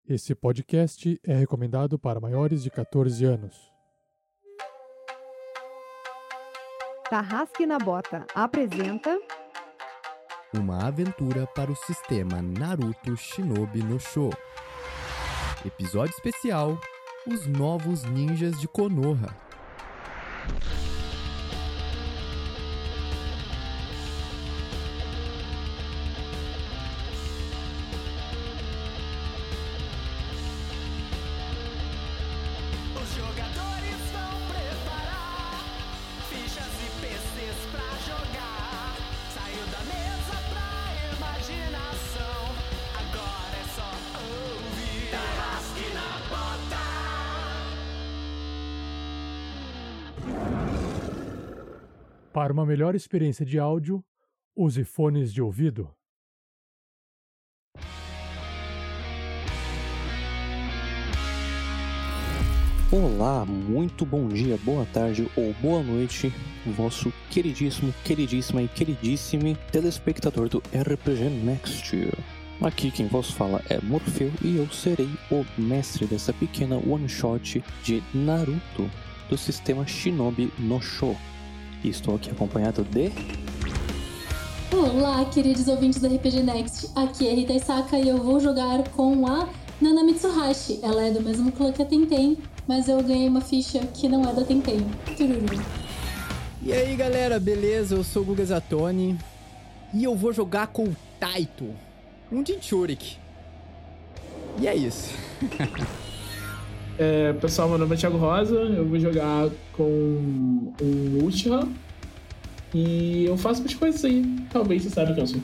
Esse podcast é recomendado para maiores de 14 anos. Tarrasque na Bota apresenta uma aventura para o sistema Naruto Shinobi no Sho. Episódio especial: Os Novos Ninjas de Konoha. Os jogadores vão preparar fichas e PCs pra jogar. Saiu da mesa pra imaginação. Agora é só ouvir Tarrasque na Bota. Para uma melhor experiência de áudio, use fones de ouvido. Olá, muito bom dia, boa tarde ou boa noite, vosso queridíssimo, queridíssima e queridíssimo telespectador do RPG Next. Aqui quem vos fala é Morfeu e eu serei o mestre dessa pequena one-shot de Naruto do sistema Shinobi no Sho. E estou aqui acompanhado de... Olá, queridos ouvintes do RPG Next. Aqui é Rita Isaka e eu vou jogar com a Nana Mitsuhashi. Ela é do mesmo clã que a Tenten, mas eu ganhei uma ficha que não é da Tenten. Tururu. E aí galera, beleza? Eu sou o Guga Zatoni e eu vou jogar com o Taito, um Jinchurik. E é isso. Pessoal, meu nome é Thiago Rosa, eu vou jogar com um Uchiha e eu faço umas coisas aí, talvez você saiba quem eu sou.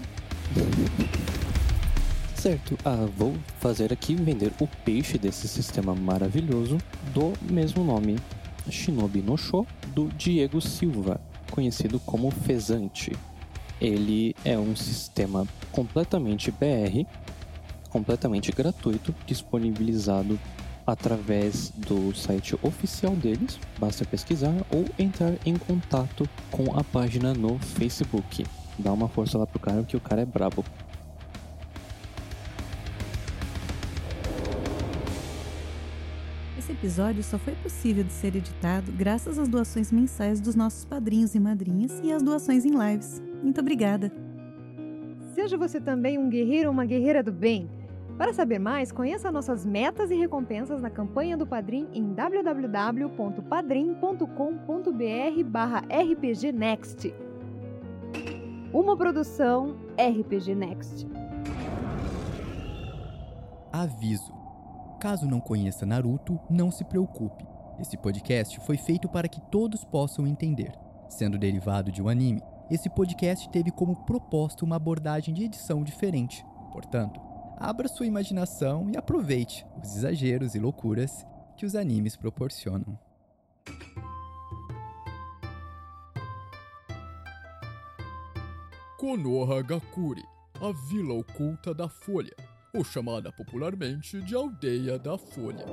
Certo, vou fazer aqui vender o peixe desse sistema maravilhoso do mesmo nome, Shinobi no Sho, do Diego Silva, conhecido como Fezante. Ele é um sistema completamente BR, completamente gratuito, disponibilizado através do site oficial deles, basta pesquisar ou entrar em contato com a página no Facebook. Dá uma força lá pro cara, que o cara é brabo. Esse episódio só foi possível de ser editado graças às doações mensais dos nossos padrinhos e madrinhas e às doações em lives. Muito obrigada! Seja você também um guerreiro ou uma guerreira do bem. Para saber mais, conheça nossas metas e recompensas na campanha do Padrim em www.padrim.com.br/rpgnext. Uma produção RPG Next. Aviso: caso não conheça Naruto, não se preocupe. Esse podcast foi feito para que todos possam entender. Sendo derivado de um anime, esse podcast teve como proposta uma abordagem de edição diferente. Portanto, abra sua imaginação e aproveite os exageros e loucuras que os animes proporcionam. Konoha Gakuri, a Vila Oculta da Folha, ou chamada popularmente de Aldeia da Folha.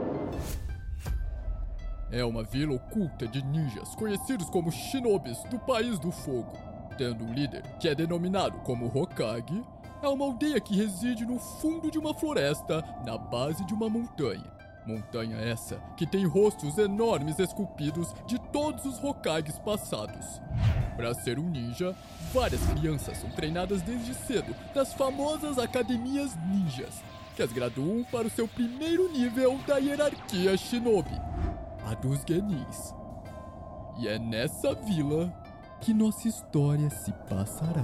É uma vila oculta de ninjas conhecidos como Shinobis do País do Fogo. Tendo um líder que é denominado como Hokage, é uma aldeia que reside no fundo de uma floresta, na base de uma montanha. Montanha essa que tem rostos enormes esculpidos de todos os Hokages passados. Para ser um ninja, várias crianças são treinadas desde cedo nas famosas academias ninjas, que as graduam para o seu primeiro nível da hierarquia Shinobi, a dos Genins. E é nessa vila que nossa história se passará.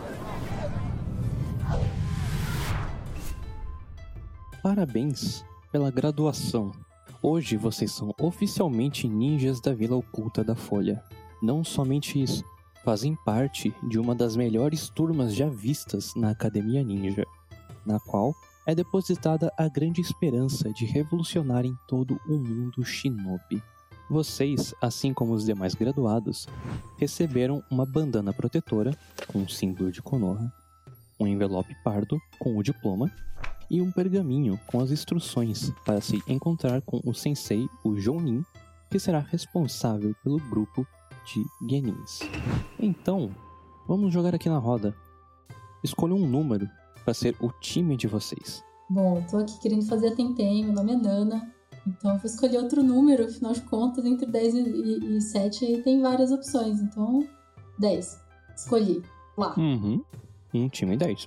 Parabéns pela graduação. Hoje vocês são oficialmente ninjas da Vila Oculta da Folha. Não somente isso, fazem parte de uma das melhores turmas já vistas na Academia Ninja, na qual é depositada a grande esperança de revolucionarem todo o mundo Shinobi. Vocês, assim como os demais graduados, receberam uma bandana protetora com o símbolo de Konoha, um envelope pardo com o diploma e um pergaminho com as instruções para se encontrar com o sensei, o Jounin, que será responsável pelo grupo de Genins. Então, vamos jogar aqui na roda. Escolha um número para ser o time de vocês. Bom, eu tô aqui querendo fazer a Tentem, meu nome é Nana. Então eu vou escolher outro número, afinal de contas, entre 10 e 7 tem várias opções. Então, 10. Escolhi. Lá. Um time 10.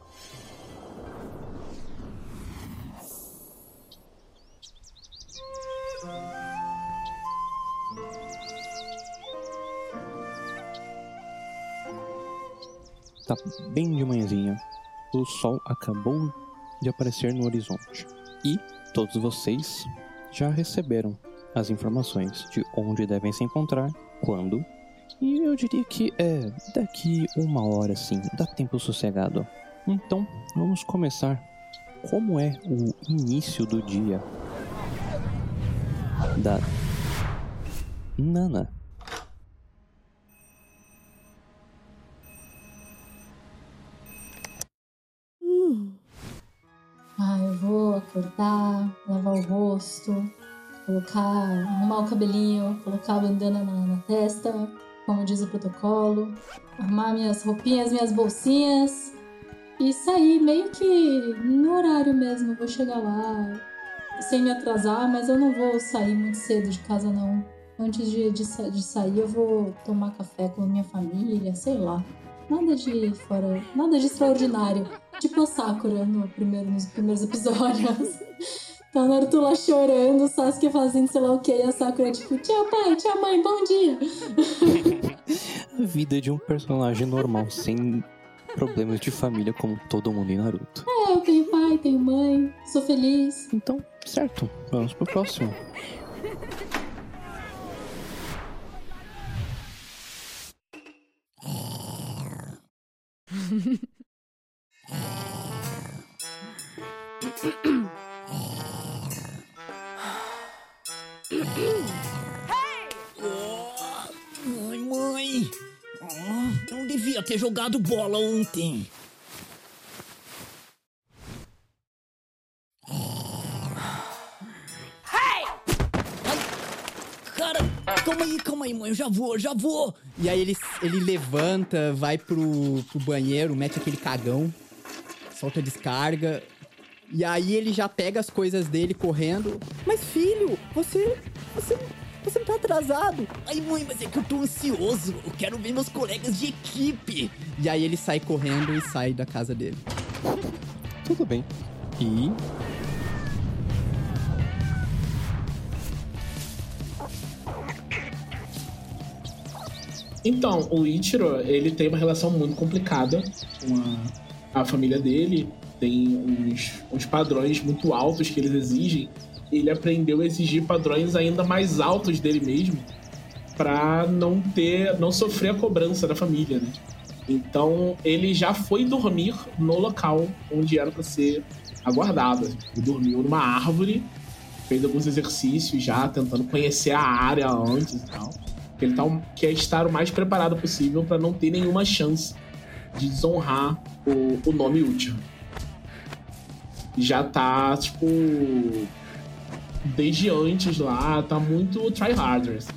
Tá bem de manhãzinha. O sol acabou de aparecer no horizonte. E todos vocês já receberam as informações de onde devem se encontrar, quando. E eu diria que daqui 1 hora, sim, dá tempo sossegado. Então, vamos começar. Como é o início do dia da Nana? Eu vou acordar, lavar o rosto, arrumar o cabelinho, colocar a bandana na testa, como diz o protocolo, arrumar minhas roupinhas, minhas bolsinhas e sair meio que no horário mesmo. Eu vou chegar lá sem me atrasar, mas eu não vou sair muito cedo de casa não. Antes de sair eu vou tomar café com a minha família, sei lá. Nada de extraordinário. Tipo a Sakura nos primeiros episódios. Tá o Naruto lá chorando, o Sasuke fazendo sei lá o que, e a Sakura tipo, tchau pai, tchau mãe, bom dia. A vida de um personagem normal, sem problemas de família como todo mundo em Naruto. Eu tenho pai, tenho mãe, sou feliz. Então, certo, vamos pro próximo. Ai, mãe! Eu não devia ter jogado bola ontem. Ai, cara, calma aí, mãe, eu já vou. E aí ele levanta, vai pro banheiro, mete aquele cagão, solta a descarga. E aí ele já pega as coisas dele correndo. Mas filho, você não tá atrasado. Ai, mãe, mas é que eu tô ansioso. Eu quero ver meus colegas de equipe. E aí ele sai correndo e sai da casa dele. Tudo bem. E... Então, o Ichiro, ele tem uma relação muito complicada com a família dele. Tem uns padrões muito altos que eles exigem. Ele aprendeu a exigir padrões ainda mais altos dele mesmo pra não sofrer a cobrança da família, né? Então, ele já foi dormir no local onde era pra ser aguardado. Ele dormiu numa árvore, fez alguns exercícios já, tentando conhecer a área antes e tal. Ele quer estar o mais preparado possível pra não ter nenhuma chance de desonrar o nome Uchiha. Já tá, tipo, desde antes lá, tá muito tryharder, assim.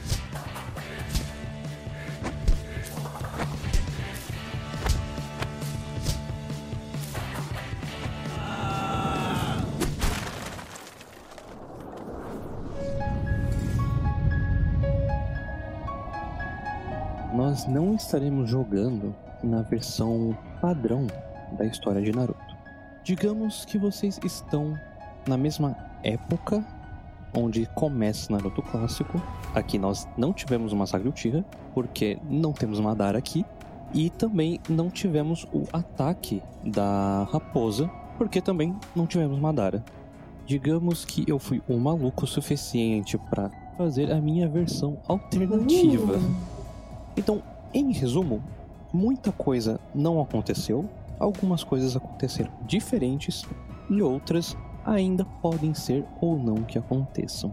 Nós não estaremos jogando na versão padrão da história de Naruto. Digamos que vocês estão na mesma época onde começa Naruto clássico. Aqui nós não tivemos o Massacre Uchiha, porque não temos Madara aqui. E também não tivemos o ataque da raposa, porque também não tivemos Madara. Digamos que eu fui um maluco o suficiente para fazer a minha versão alternativa. Então, em resumo, muita coisa não aconteceu. Algumas coisas aconteceram diferentes e outras ainda podem ser ou não que aconteçam.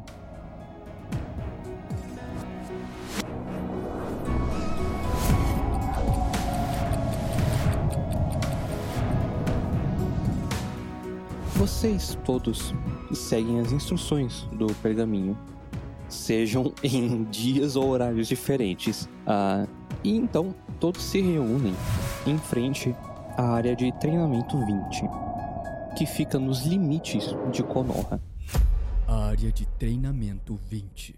Vocês todos seguem as instruções do pergaminho, sejam em dias ou horários diferentes. E então todos se reúnem em frente à área de treinamento 20, que fica nos limites de Konoha. Área de treinamento 20.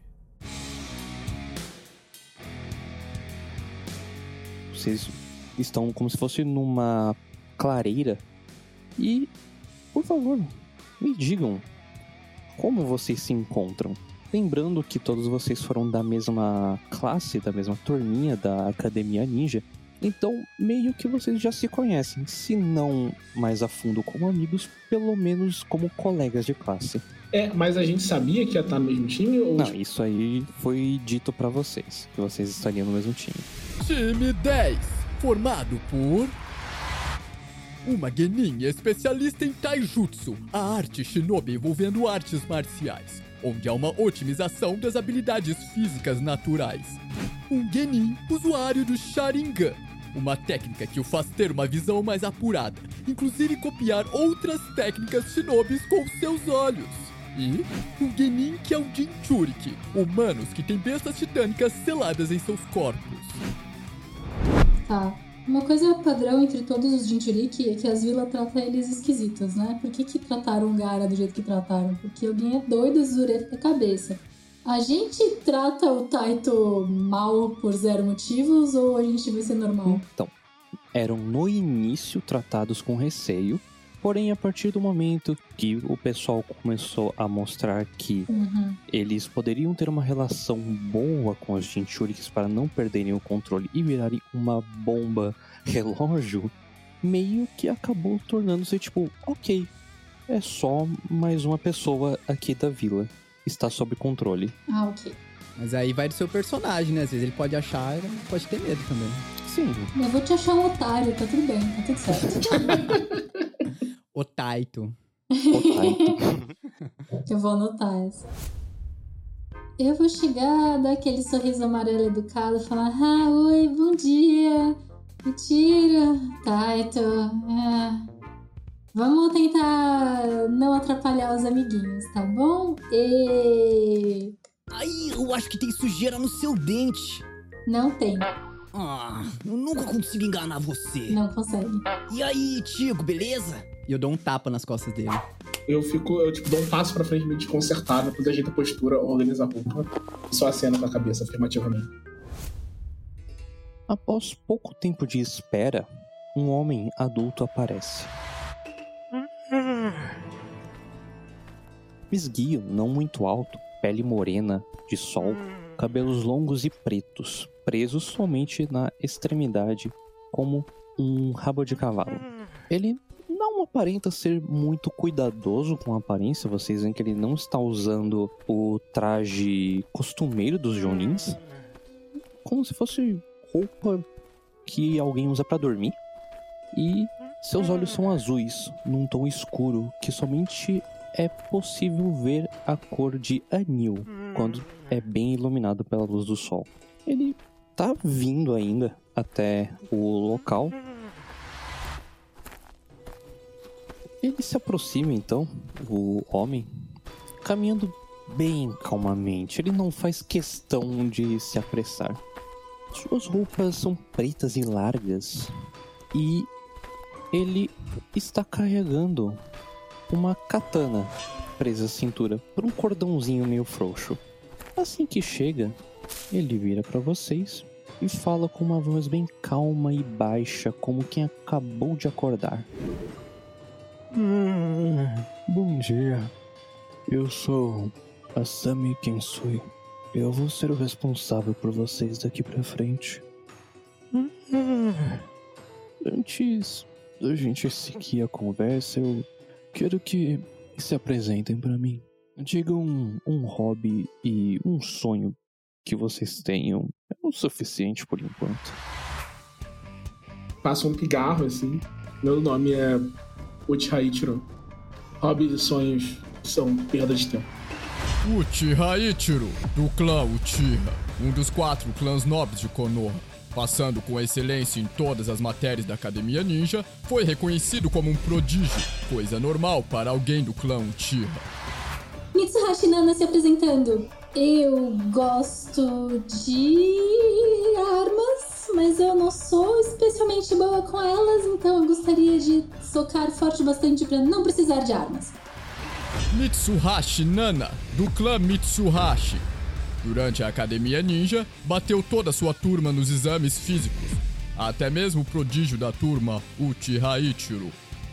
Vocês estão como se fosse numa clareira. E, por favor, me digam como vocês se encontram. Lembrando que todos vocês foram da mesma classe, da mesma turminha da Academia Ninja. Então, meio que vocês já se conhecem. Se não mais a fundo como amigos, pelo menos como colegas de classe. Mas a gente sabia que ia estar no mesmo time? Ou... Não, isso aí foi dito pra vocês, que vocês estariam no mesmo time. Time 10, formado por... uma genin especialista em taijutsu, a arte shinobi envolvendo artes marciais, onde há uma otimização das habilidades físicas naturais. Um genin usuário do Sharingan, uma técnica que o faz ter uma visão mais apurada, inclusive copiar outras técnicas shinobis com seus olhos. E um genin que é o Jinchuriki, humanos que têm bestas titânicas seladas em seus corpos. Tá. Uma coisa padrão entre todos os Jinchuriki é que as vilas tratam eles esquisitos, né? Por que trataram o Gaara do jeito que trataram? Porque alguém é doido, zureta da cabeça. A gente trata o Taito mal por zero motivos ou a gente vai ser normal? Então, eram no início tratados com receio, porém a partir do momento que o pessoal começou a mostrar que eles poderiam ter uma relação boa com os Jinchurikis para não perderem o controle e virarem uma bomba relógio, meio que acabou tornando-se tipo, ok, é só mais uma pessoa aqui da vila, está sob controle. Ah, ok. Mas aí vai do seu personagem, né? Às vezes ele pode achar, ele pode ter medo também. Sim. Eu vou te achar um otário, tá tudo bem, tá tudo certo. O Taito. Eu vou anotar essa. Eu vou chegar, dar aquele sorriso amarelo educado, falar: ah, oi, bom dia. Mentira, Taito. Vamos tentar não atrapalhar os amiguinhos, tá bom? Ai, eu acho que tem sujeira no seu dente. Não tem. Eu nunca consigo enganar você. Não consegue. E aí, Tico, beleza? E eu dou um tapa nas costas dele. Eu dou um passo pra frente meio desconcertado, depois ajeito a postura, organizo a roupa e só aceno com a cabeça afirmativamente. Após pouco tempo de espera, um homem adulto aparece. Esguio, não muito alto, pele morena, de sol, cabelos longos e pretos, presos somente na extremidade, como um rabo de cavalo. Ele não aparenta ser muito cuidadoso com a aparência, vocês veem que ele não está usando o traje costumeiro dos jonins, como se fosse roupa que alguém usa para dormir. E seus olhos são azuis, num tom escuro, que somente é possível ver a cor de anil quando é bem iluminado pela luz do sol. Ele tá vindo ainda até o local. Ele se aproxima então, o homem, caminhando bem calmamente. Ele não faz questão de se apressar. Suas roupas são pretas e largas. E ele está carregando uma katana presa à cintura por um cordãozinho meio frouxo. Assim que chega, ele vira para vocês e fala com uma voz bem calma e baixa, como quem acabou de acordar. Bom dia. Eu sou Asami Kensui. Eu vou ser o responsável por vocês daqui pra frente. Antes da gente seguir a conversa, eu quero que se apresentem pra mim. Digam um hobby e um sonho que vocês tenham. É o suficiente por enquanto. Passo um pigarro, assim. Meu nome é Uchiha Ichiro. Hobbies e sonhos são perda de tempo. Uchiha Ichiro, do clã Uchiha, um dos 4 clãs nobres de Konoha. Passando com excelência em todas as matérias da Academia Ninja, foi reconhecido como um prodígio, coisa normal para alguém do clã Uchiha. Mitsuhashi Nana se apresentando. Eu gosto de armas mas eu não sou especialmente boa com elas, então eu gostaria de socar forte bastante pra não precisar de armas. Mitsuhashi Nana, do clã Mitsuhashi. Durante a Academia Ninja, bateu toda a sua turma nos exames físicos. Até mesmo o prodígio da turma, Uchiha Ichiro.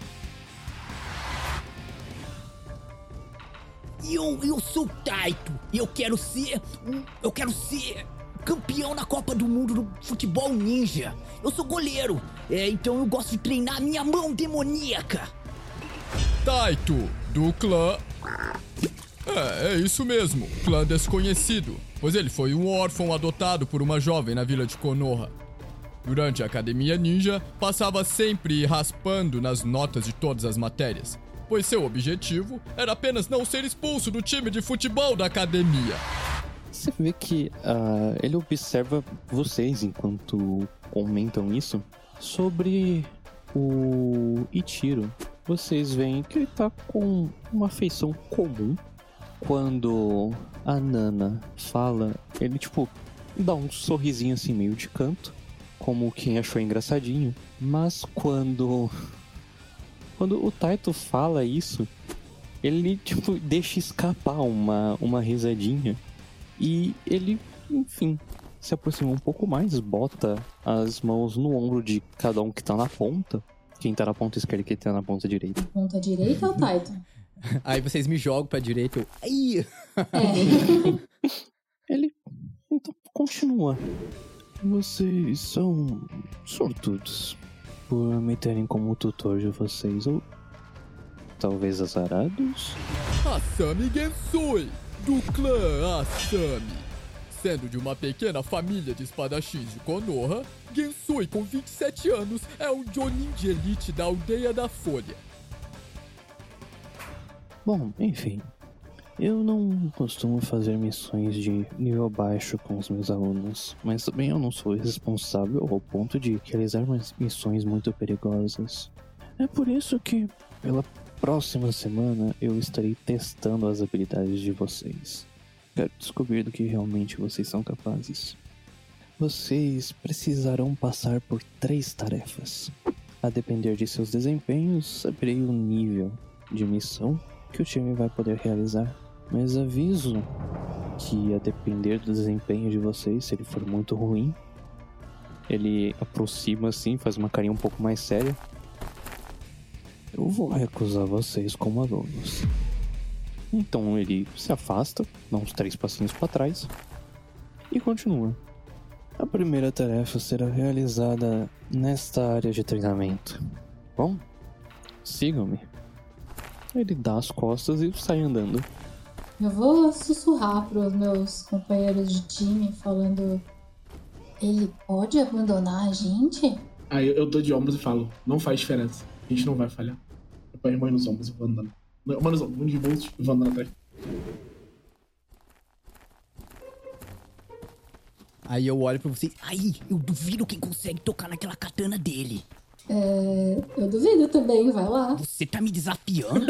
Eu sou o Taito. Eu quero ser campeão na Copa do Mundo do futebol ninja. Eu sou goleiro, então eu gosto de treinar minha mão demoníaca. Taito, do clã... É isso mesmo, clã desconhecido, pois ele foi um órfão adotado por uma jovem na vila de Konoha. Durante a Academia Ninja, passava sempre raspando nas notas de todas as matérias, pois seu objetivo era apenas não ser expulso do time de futebol da academia. Você vê que ele observa vocês enquanto comentam isso sobre o Ichiro. Vocês veem que ele tá com uma feição comum. Quando a Nana fala, ele dá um sorrisinho assim meio de canto, como quem achou engraçadinho. Mas quando o Taito fala isso, ele deixa escapar uma risadinha. E ele, enfim, se aproxima um pouco mais, bota as mãos no ombro de cada um que tá na ponta. Quem tá na ponta esquerda e quem tá na ponta direita. Ponta direita ou Taito? Aí vocês me jogam pra direita, eu... Ai! Ele, então, continua. Vocês são sortudos por me terem como tutor de vocês, ou talvez azarados? Asami Gensui, do clã Asami. Sendo de uma pequena família de espadachins de Konoha, Gensui, com 27 anos, é um Jonin de elite da aldeia da Folha. Bom, enfim, eu não costumo fazer missões de nível baixo com os meus alunos, mas também eu não sou responsável ao ponto de realizar missões muito perigosas. É por isso que, pela próxima semana, eu estarei testando as habilidades de vocês. Quero descobrir do que realmente vocês são capazes. Vocês precisarão passar por 3 tarefas. A depender de seus desempenhos, saberei o nível de missão que o time vai poder realizar. Mas aviso que, a depender do desempenho de vocês, se ele for muito ruim, ele aproxima assim, faz uma carinha um pouco mais séria. Eu vou recusar vocês como alunos. Então ele se afasta, dá uns 3 passinhos para trás e continua. A primeira tarefa será realizada nesta área de treinamento. Bom, sigam-me. Ele dá as costas e sai andando. Eu vou sussurrar pros meus companheiros de time, falando... Ele pode abandonar a gente? Aí eu dou de ombros e falo, não faz diferença. A gente não vai falhar. Eu ponho as mãos nos ombros e vou andando. Mano, um de volta e vou andando atrás. Aí eu olho pra vocês. Aí, eu duvido quem consegue tocar naquela katana dele. Eu duvido também, vai lá. Você tá me desafiando?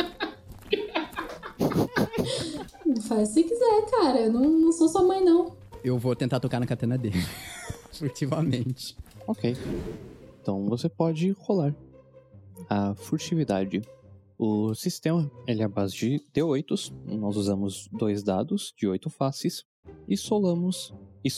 Faz se quiser, cara. Eu não sou sua mãe, não. Eu vou tentar tocar na katana dele. Furtivamente. Ok. Então você pode rolar a furtividade. O sistema, ele é a base de D8s. Nós usamos 2 dados de 8 faces e somamos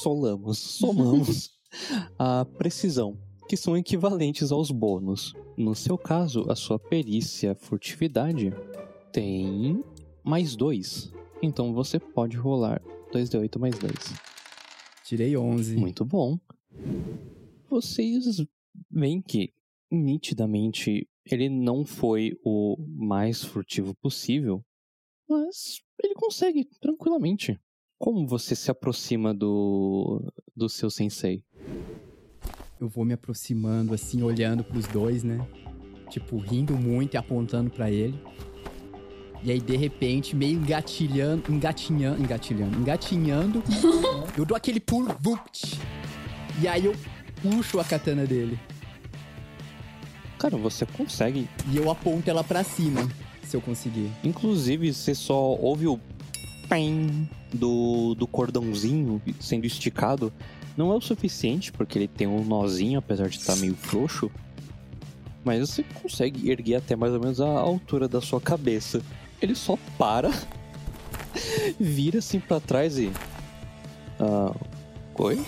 a precisão, que são equivalentes aos bônus. No seu caso, a sua perícia furtividade tem mais 2. Então você pode rolar 2d8 mais 2. Tirei 11. Muito bom. Vocês veem que, nitidamente, ele não foi o mais furtivo possível, mas ele consegue tranquilamente. Como você se aproxima do seu sensei? Eu vou me aproximando assim, olhando pros dois, né? Tipo, rindo muito e apontando pra ele. E aí, de repente, meio engatinhando, eu dou aquele pulo, vupt, e aí eu puxo a katana dele. Cara, você consegue. E eu aponto ela pra cima, se eu conseguir. Inclusive, você só ouve o pem do cordãozinho sendo esticado Não é o suficiente, porque ele tem um nozinho, apesar de estar meio frouxo. Mas você consegue erguer até mais ou menos a altura da sua cabeça. Ele só para, vira assim pra trás e... Oi?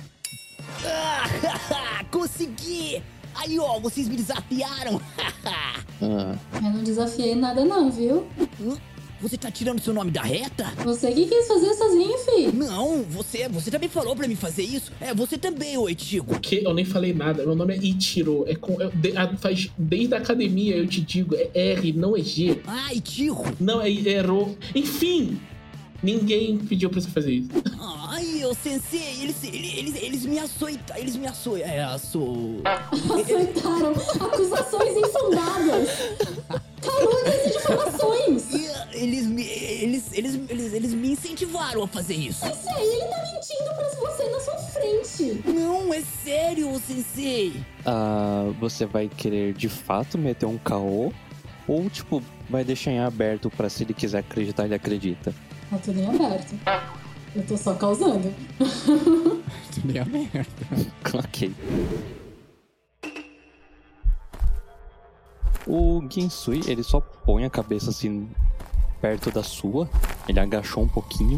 Consegui! Aí, ó, vocês me desafiaram! Eu não desafiei nada não, viu? Você tá tirando seu nome da reta? Você que quis fazer sozinho, filho. Não, você também falou pra mim fazer isso. Você também, ô Ichigo. Que? Eu nem falei nada. Meu nome é Ichiro. Desde a academia eu te digo, é R, não é G. Ichigo. Não, é Ero. Enfim, ninguém pediu pra você fazer isso. Ai, ô Sensei, eles me açoitaram. Eles me açoitaram. Açoitaram. Acusações infundadas. Calúnias e difamações. Eles me incentivaram a fazer isso. Mas aí ele tá mentindo pra você na sua frente. Não, é sério, Sensei. Você vai querer de fato meter um caô? Ou, tipo, vai deixar em aberto pra se ele quiser acreditar, ele acredita? Tá tudo em aberto. Eu tô só causando. Tudo em aberto. Ok. O Gensui, ele só põe a cabeça assim perto da sua. Ele agachou um pouquinho.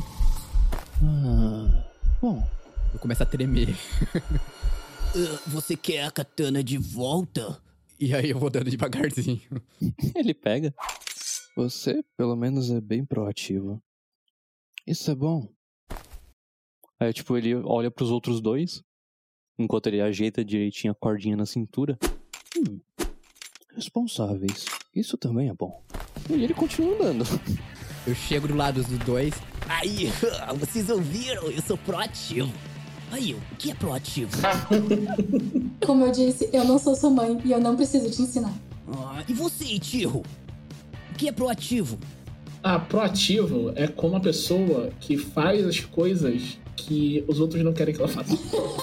Bom. Eu começo a tremer. Você quer a katana de volta? E aí eu vou dando devagarzinho. Ele pega. Você, pelo menos, é bem proativo. Isso é bom. Aí, tipo, ele olha pros outros dois. Enquanto ele ajeita direitinho a cordinha na cintura. Responsáveis. Isso também é bom. E ele continua andando. Eu chego do lado dos dois. Aí, vocês ouviram? Eu sou proativo. Aí, o que é proativo? Como eu disse, eu não sou sua mãe e eu não preciso te ensinar. E você, Ichigo? O que é proativo? Proativo é como uma pessoa que faz as coisas que os outros não querem que ela faça.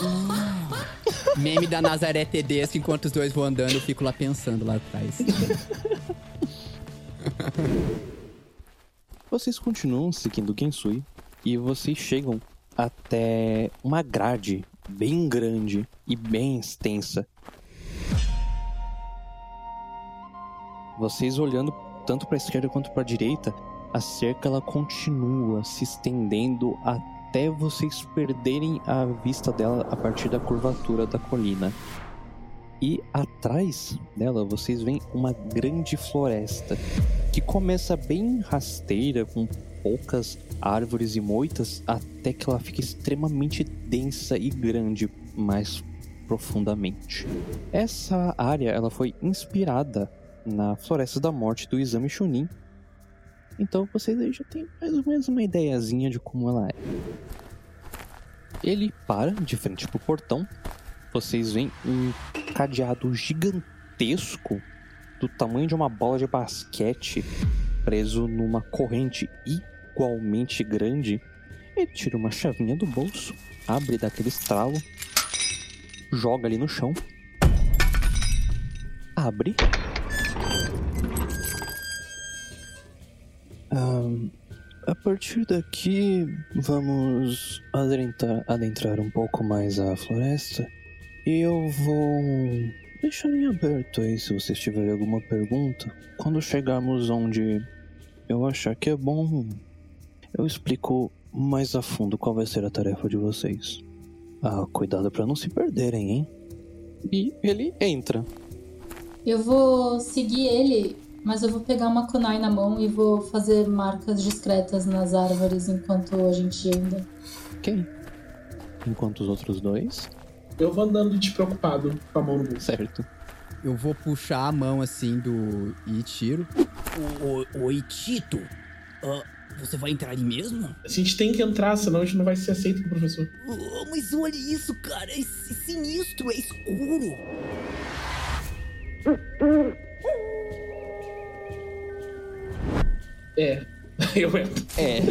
Meme da Nazaré Tedesco, enquanto os dois vão andando, eu fico lá pensando lá atrás. Vocês continuam seguindo o Gensui e vocês chegam até uma grade bem grande e bem extensa. Vocês olhando tanto para a esquerda quanto para a direita, a cerca ela continua se estendendo até vocês perderem a vista dela a partir da curvatura da colina. E atrás dela vocês veem uma grande floresta que começa bem rasteira, com poucas árvores e moitas, até que ela fica extremamente densa e grande mais profundamente. Essa área ela foi inspirada na Floresta da Morte do Exame Chunin. Então vocês aí já têm mais ou menos uma ideiazinha de como ela é. Ele para de frente pro portão. Vocês veem um cadeado gigantesco do tamanho de uma bola de basquete preso numa corrente igualmente grande. Ele tira uma chavinha do bolso, abre daquele estralo, joga ali no chão, abre. A partir daqui, vamos adentrar um pouco mais a floresta. E eu vou deixar em aberto aí se vocês tiverem alguma pergunta. Quando chegarmos onde eu achar que é bom, eu explico mais a fundo qual vai ser a tarefa de vocês. Cuidado pra não se perderem, hein? E ele entra. Eu vou seguir ele, mas eu vou pegar uma kunai na mão e vou fazer marcas discretas nas árvores enquanto a gente anda. Ok. Enquanto os outros dois... Eu vou andando despreocupado com a mão no bolso. Certo. Eu vou puxar a mão assim do Ichiro. Ô Ichito, você vai entrar ali mesmo? A gente tem que entrar, senão a gente não vai ser aceito pelo professor. Mas olha isso, cara. É sinistro, é escuro. Eu entro.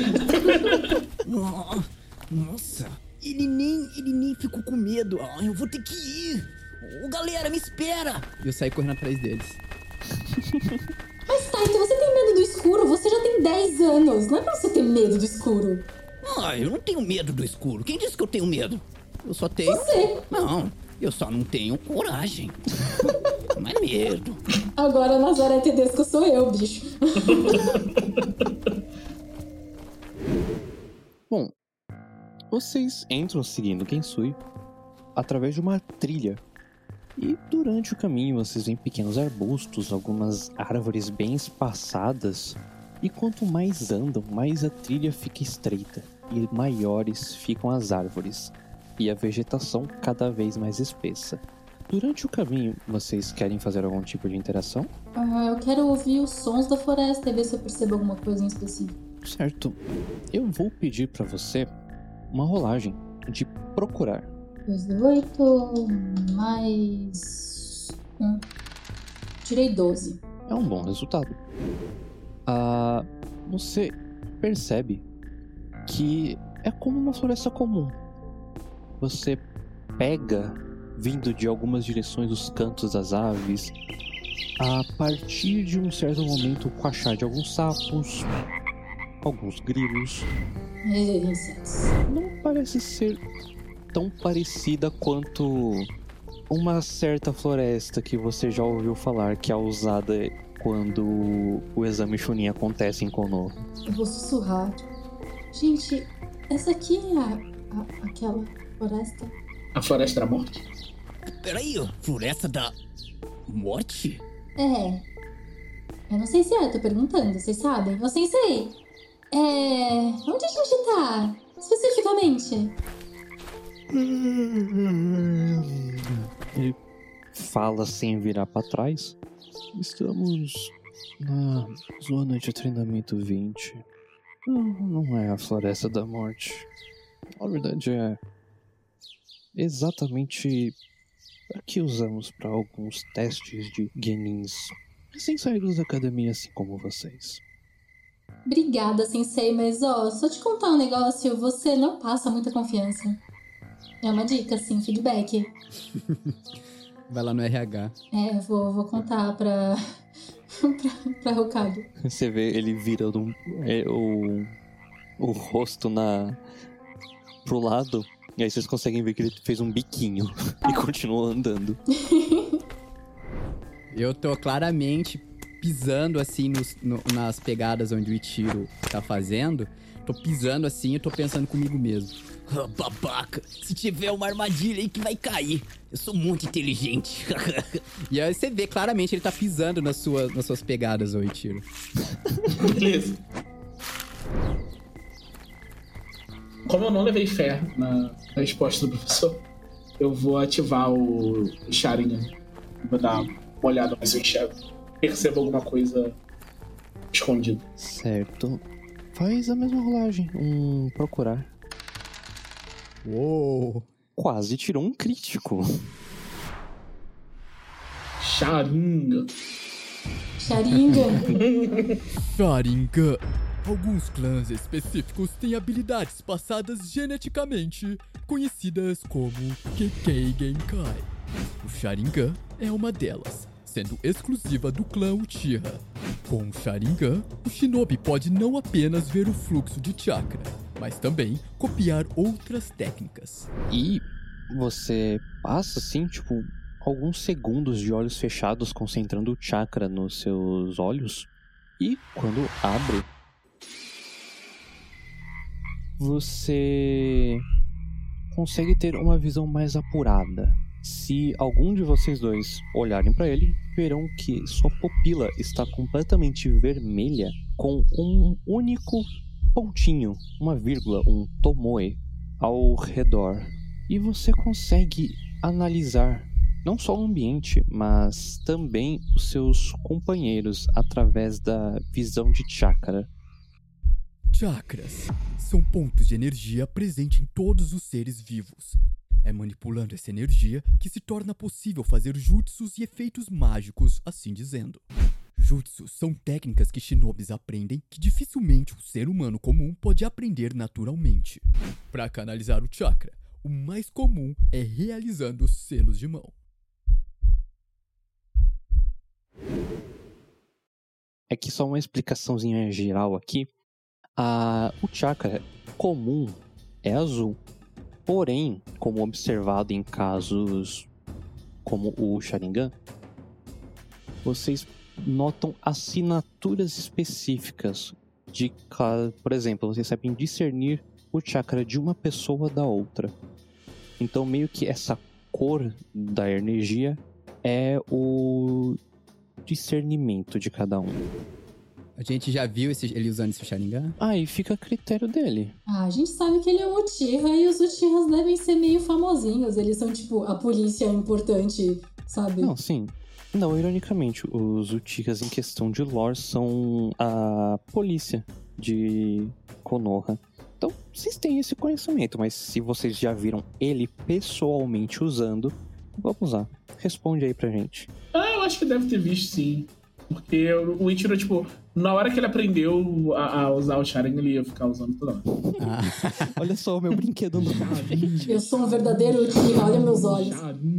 Nossa, ele nem ficou com medo. Eu vou ter que ir. Galera, me espera. Eu saí correndo atrás deles. Mas tá, então você tem medo do escuro? Você já tem 10 anos. Não é pra você ter medo do escuro. Eu não tenho medo do escuro. Quem disse que eu tenho medo? Eu só tenho... Você. Não, eu só não tenho coragem. Não é medo. Agora a Nazaré Tedesco sou eu, bicho. Bom, vocês entram seguindo Gensui através de uma trilha. E durante o caminho vocês veem pequenos arbustos, algumas árvores bem espaçadas. E quanto mais andam, mais a trilha fica estreita e maiores ficam as árvores. E a vegetação cada vez mais espessa. Durante o caminho, vocês querem fazer algum tipo de interação? Eu quero ouvir os sons da floresta e ver se eu percebo alguma coisa em específico. Certo. Eu vou pedir pra você uma rolagem de procurar. 2d8 mais 1. Tirei 12. É um bom resultado. Você percebe que é como uma floresta comum. Você pega, vindo de algumas direções, os cantos das aves. A partir de um certo momento, o quachar de alguns sapos, alguns grilos. Insetos. Não parece ser tão parecida quanto uma certa floresta que você já ouviu falar, que é usada quando o exame Chunin acontece em Konoha. Eu vou sussurrar. Gente, essa aqui é aquela floresta? A Floresta da Morte? Peraí, Floresta da Morte? É. Eu não sei se é, tô perguntando, vocês sabem? Eu sei. Onde a gente tá? Especificamente? Ele fala sem virar pra trás. Estamos na zona de treinamento 20. Não é a Floresta da Morte. Na verdade é exatamente a que usamos para alguns testes de genins recém-saídos da academia, assim como vocês. Obrigada, sensei, mas só te contar um negócio, você não passa muita confiança. É uma dica, assim, feedback. Vai lá no RH. Vou contar pra Hokage. Você vê ele virando o rosto pro lado, e aí vocês conseguem ver que ele fez um biquinho e continuou andando. Eu tô claramente pisando assim nas pegadas onde o Ichiro tá fazendo. Tô pisando assim e tô pensando comigo mesmo. Babaca, se tiver uma armadilha aí que vai cair. Eu sou muito inteligente. E aí você vê claramente ele tá pisando nas suas pegadas, ô Ichiro. Beleza. Como eu não levei fé na resposta do professor, eu vou ativar o Sharingan. Vou dar uma olhada se eu enxergo. Percebo alguma coisa escondida. Certo. Faz a mesma rolagem. Procurar. Uou! Quase tirou um crítico. Sharingan. Sharingan. Alguns clãs específicos têm habilidades passadas geneticamente, conhecidas como Kekkei Genkai. O Sharingan é uma delas, sendo exclusiva do clã Uchiha. Com o Sharingan, o Shinobi pode não apenas ver o fluxo de chakra, mas também copiar outras técnicas. E você passa assim, alguns segundos de olhos fechados, concentrando o chakra nos seus olhos. E quando abre, você consegue ter uma visão mais apurada. Se algum de vocês dois olharem para ele, verão que sua pupila está completamente vermelha, com um único pontinho, uma vírgula, um tomoe ao redor. E você consegue analisar não só o ambiente, mas também os seus companheiros através da visão de chakra. Chakras são pontos de energia presentes em todos os seres vivos. É manipulando essa energia que se torna possível fazer jutsus e efeitos mágicos, assim dizendo. Jutsus são técnicas que shinobis aprendem que dificilmente um ser humano comum pode aprender naturalmente. Para canalizar o chakra, o mais comum é realizando os selos de mão. É que só uma explicaçãozinha geral aqui. O chakra comum é azul. Porém, como observado em casos como o Sharingan, vocês notam assinaturas específicas de cada... Por exemplo, vocês sabem discernir o chakra de uma pessoa da outra. Então, meio que essa cor da energia é o discernimento de cada um. A gente já viu ele usando esse Sharingan? Aí fica a critério dele. A gente sabe que ele é um Uchiha e os Uchihas devem ser meio famosinhos. Eles são, tipo, a polícia importante, sabe? Não, sim. Não, ironicamente, os Uchihas em questão de lore são a polícia de Konoha. Então, vocês têm esse conhecimento, mas se vocês já viram ele pessoalmente usando, vamos lá. Responde aí pra gente. Eu acho que deve ter visto, sim. Porque o Ichiro, tipo, na hora que ele aprendeu a usar o Sharingan, ele ia ficar usando toda hora. Olha só o meu brinquedo no Eu sou um verdadeiro Uchiha, olha meus olhos.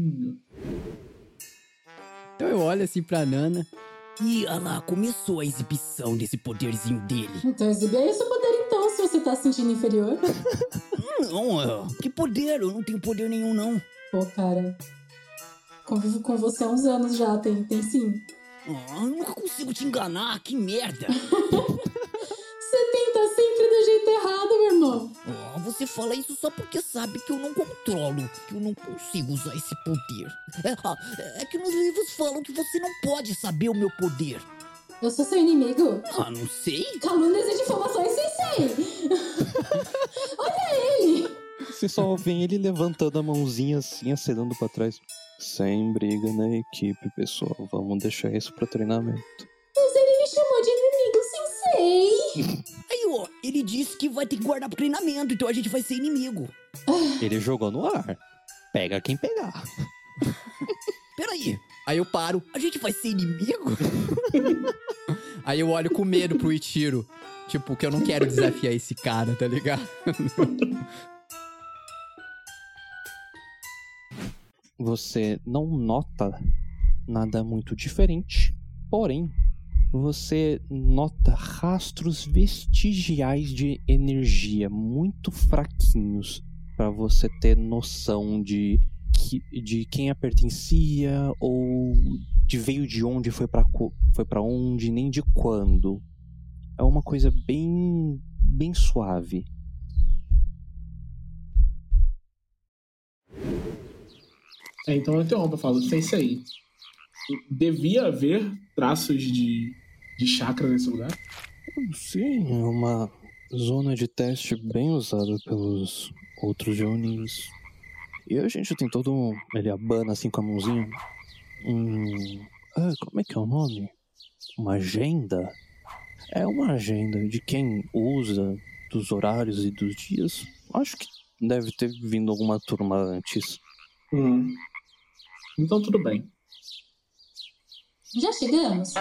Então eu olho assim pra Nana. E olha lá, começou a exibição desse poderzinho dele. Então exibe aí o seu poder então, se você tá se sentindo inferior. Não, que poder? Eu não tenho poder nenhum, não. Pô, cara, convivo com você há uns anos já, tem sim. Eu nunca consigo te enganar, que merda. Você tenta sempre do jeito errado, meu irmão. Você fala isso só porque sabe que eu não controlo, que eu não consigo usar esse poder. É que nos livros falam que você não pode saber o meu poder. Eu sou seu inimigo? Não sei. Calúnias e difamações, sei. Olha ele. Você só vê ele levantando a mãozinha assim, acenando pra trás. Sem briga na equipe, pessoal. Vamos deixar isso pro treinamento. Mas ele me chamou de inimigo, sensei. Aí, ele disse que vai ter que guardar pro treinamento, então a gente vai ser inimigo. Ele jogou no ar. Pega quem pegar. Peraí. Aí eu paro. A gente vai ser inimigo? Aí eu olho com medo pro Ichiro. Tipo, que eu não quero desafiar esse cara, tá ligado? Você não nota nada muito diferente, porém, você nota rastros vestigiais de energia muito fraquinhos para você ter noção de quem a pertencia ou de veio de onde foi para onde, nem de quando. É uma coisa bem suave. Então eu interrompo, eu falo, sensei, devia haver traços de chakra nesse lugar? Sim, é uma zona de teste bem usada pelos outros Jonins. E a gente tem todo um... Ele abana assim com a mãozinha. Como é que é o nome? Uma agenda? É uma agenda de quem usa, dos horários e dos dias. Acho que deve ter vindo alguma turma antes. Então tudo bem. Já chegamos.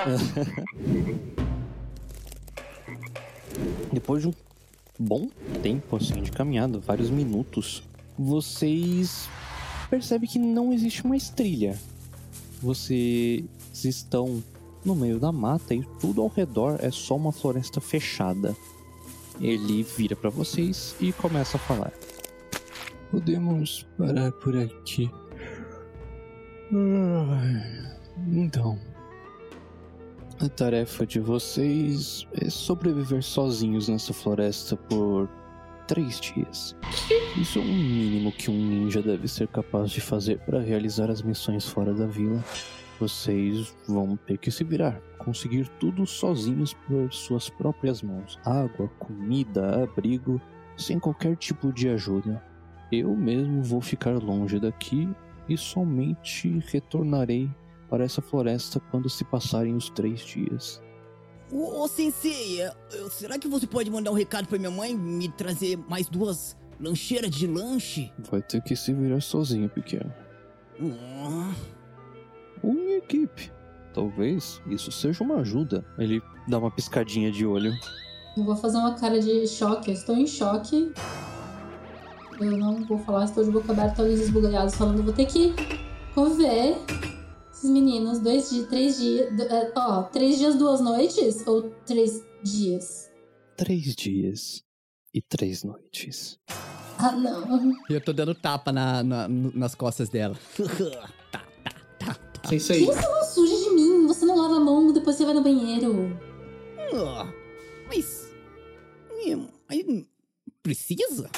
Depois de um bom tempo assim de caminhada, vários minutos, vocês percebem que não existe mais trilha. Vocês estão no meio da mata e tudo ao redor é só uma floresta fechada. Ele vira para vocês e começa a falar. Podemos parar por aqui. Então, a tarefa de vocês é sobreviver sozinhos nessa floresta por 3 dias. Isso é o mínimo que um ninja deve ser capaz de fazer para realizar as missões fora da vila. Vocês vão ter que se virar, conseguir tudo sozinhos por suas próprias mãos. Água, comida, abrigo, sem qualquer tipo de ajuda. Eu mesmo vou ficar longe daqui e somente retornarei para essa floresta quando se passarem os 3 dias. Ô sensei, será que você pode mandar um recado pra minha mãe me trazer mais 2 lancheiras de lanche? Vai ter que se virar sozinho, pequeno. Ou em equipe. Talvez isso seja uma ajuda. Ele dá uma piscadinha de olho. Eu vou fazer uma cara de choque. Eu estou em choque. Eu não vou falar, estou de boca aberta, olhos esbugalhados, falando, vou ter que conviver esses meninos 3 dias, 3 dias, 2 noites ou 3 dias? 3 dias e 3 noites. Ah, não. E eu tô dando tapa nas costas dela. Sensei. Tira essa mão suja de mim. Você não lava a mão, depois você vai no banheiro. Mas precisa?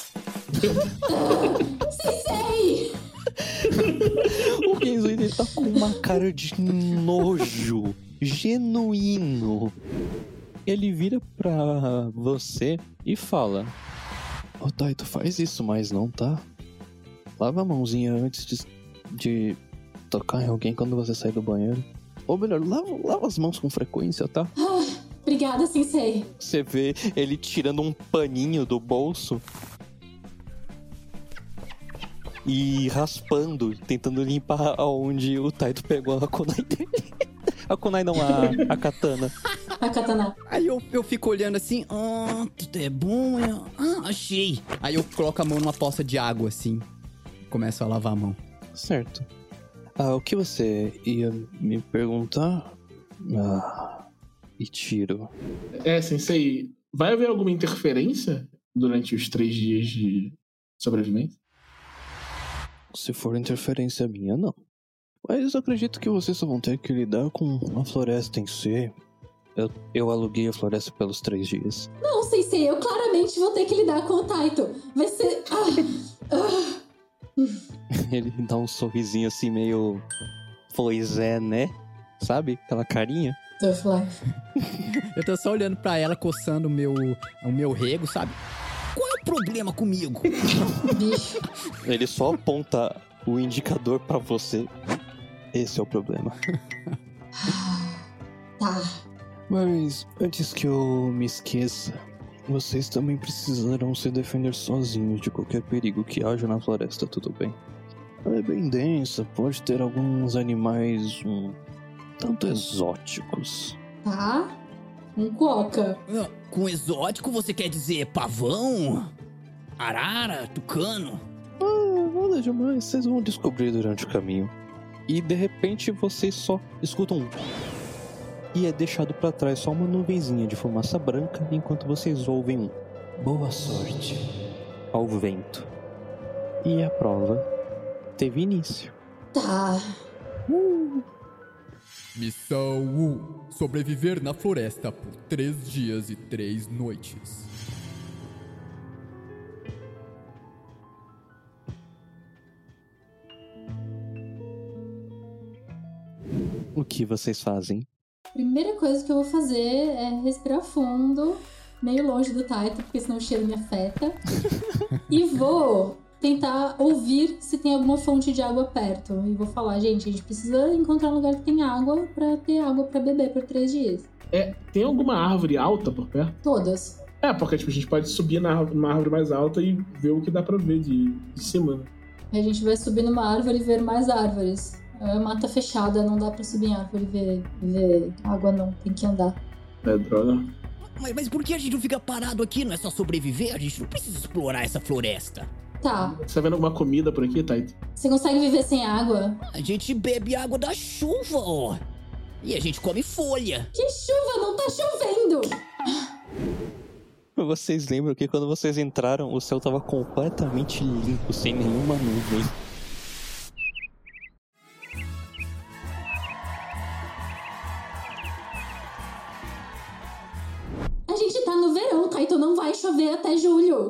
Sensei! O Kenzo, ele tá com uma cara de nojo genuíno. Ele vira pra você e fala: Ô Taito, faz isso mais não, tá? Lava a mãozinha antes de tocar em alguém quando você sair do banheiro. Ou melhor, lava as mãos com frequência, tá? Obrigada, Sensei. Você vê ele tirando um paninho do bolso e raspando, tentando limpar aonde o Taito pegou a kunai dele. A kunai não, a katana. A katana. Aí eu fico olhando assim, tudo é bom, achei. Aí eu coloco a mão numa poça de água, assim, começo a lavar a mão. Certo. O que você ia me perguntar? E tiro. Sensei, vai haver alguma interferência durante os 3 dias de sobrevivência? Se for interferência minha, não. Mas eu acredito que vocês só vão ter que lidar com a floresta em si. Eu aluguei a floresta pelos 3 dias. Não, Sensei, eu claramente vou ter que lidar com o Taito. Vai ser... Ele dá um sorrisinho assim meio... Pois é, né? Sabe? Aquela carinha. Tough life. Eu tô só olhando pra ela, coçando o meu rego, sabe? Qual é o problema comigo? Bicho. Ele só aponta o indicador pra você. Esse é o problema. Tá. Mas antes que eu me esqueça, vocês também precisarão se defender sozinhos de qualquer perigo que haja na floresta, tudo bem? Ela é bem densa, pode ter alguns animais tanto exóticos. Tá. Um coca. Com exótico você quer dizer pavão? Arara? Tucano? Nada demais, vocês vão descobrir durante o caminho. E de repente vocês só escutam e é deixado pra trás só uma nuvenzinha de fumaça branca enquanto vocês ouvem boa sorte ao vento. E a prova teve início. Tá. Missão 1: sobreviver na floresta por 3 dias e 3 noites. O que vocês fazem? Primeira coisa que eu vou fazer é respirar fundo, meio longe do Taito, porque senão o cheiro me afeta. E vou tentar ouvir se tem alguma fonte de água perto. E vou falar, gente, a gente precisa encontrar um lugar que tem água pra ter água pra beber por 3 dias. Tem alguma árvore alta por perto? Todas. Porque tipo, a gente pode subir numa árvore mais alta e ver o que dá pra ver de cima, né? A gente vai subir numa árvore e ver mais árvores. É mata fechada, não dá pra subir em árvore e ver água não, tem que andar. Droga. Mas por que a gente não fica parado aqui? Não é só sobreviver? A gente não precisa explorar essa floresta. Tá. Você tá vendo alguma comida por aqui, Taito? Você consegue viver sem água? A gente bebe água da chuva, ó. E a gente come folha. Que chuva? Não tá chovendo! Vocês lembram que quando vocês entraram, o céu tava completamente limpo, sem nenhuma nuvem. A gente tá no verão, Taito, não vai chover até julho.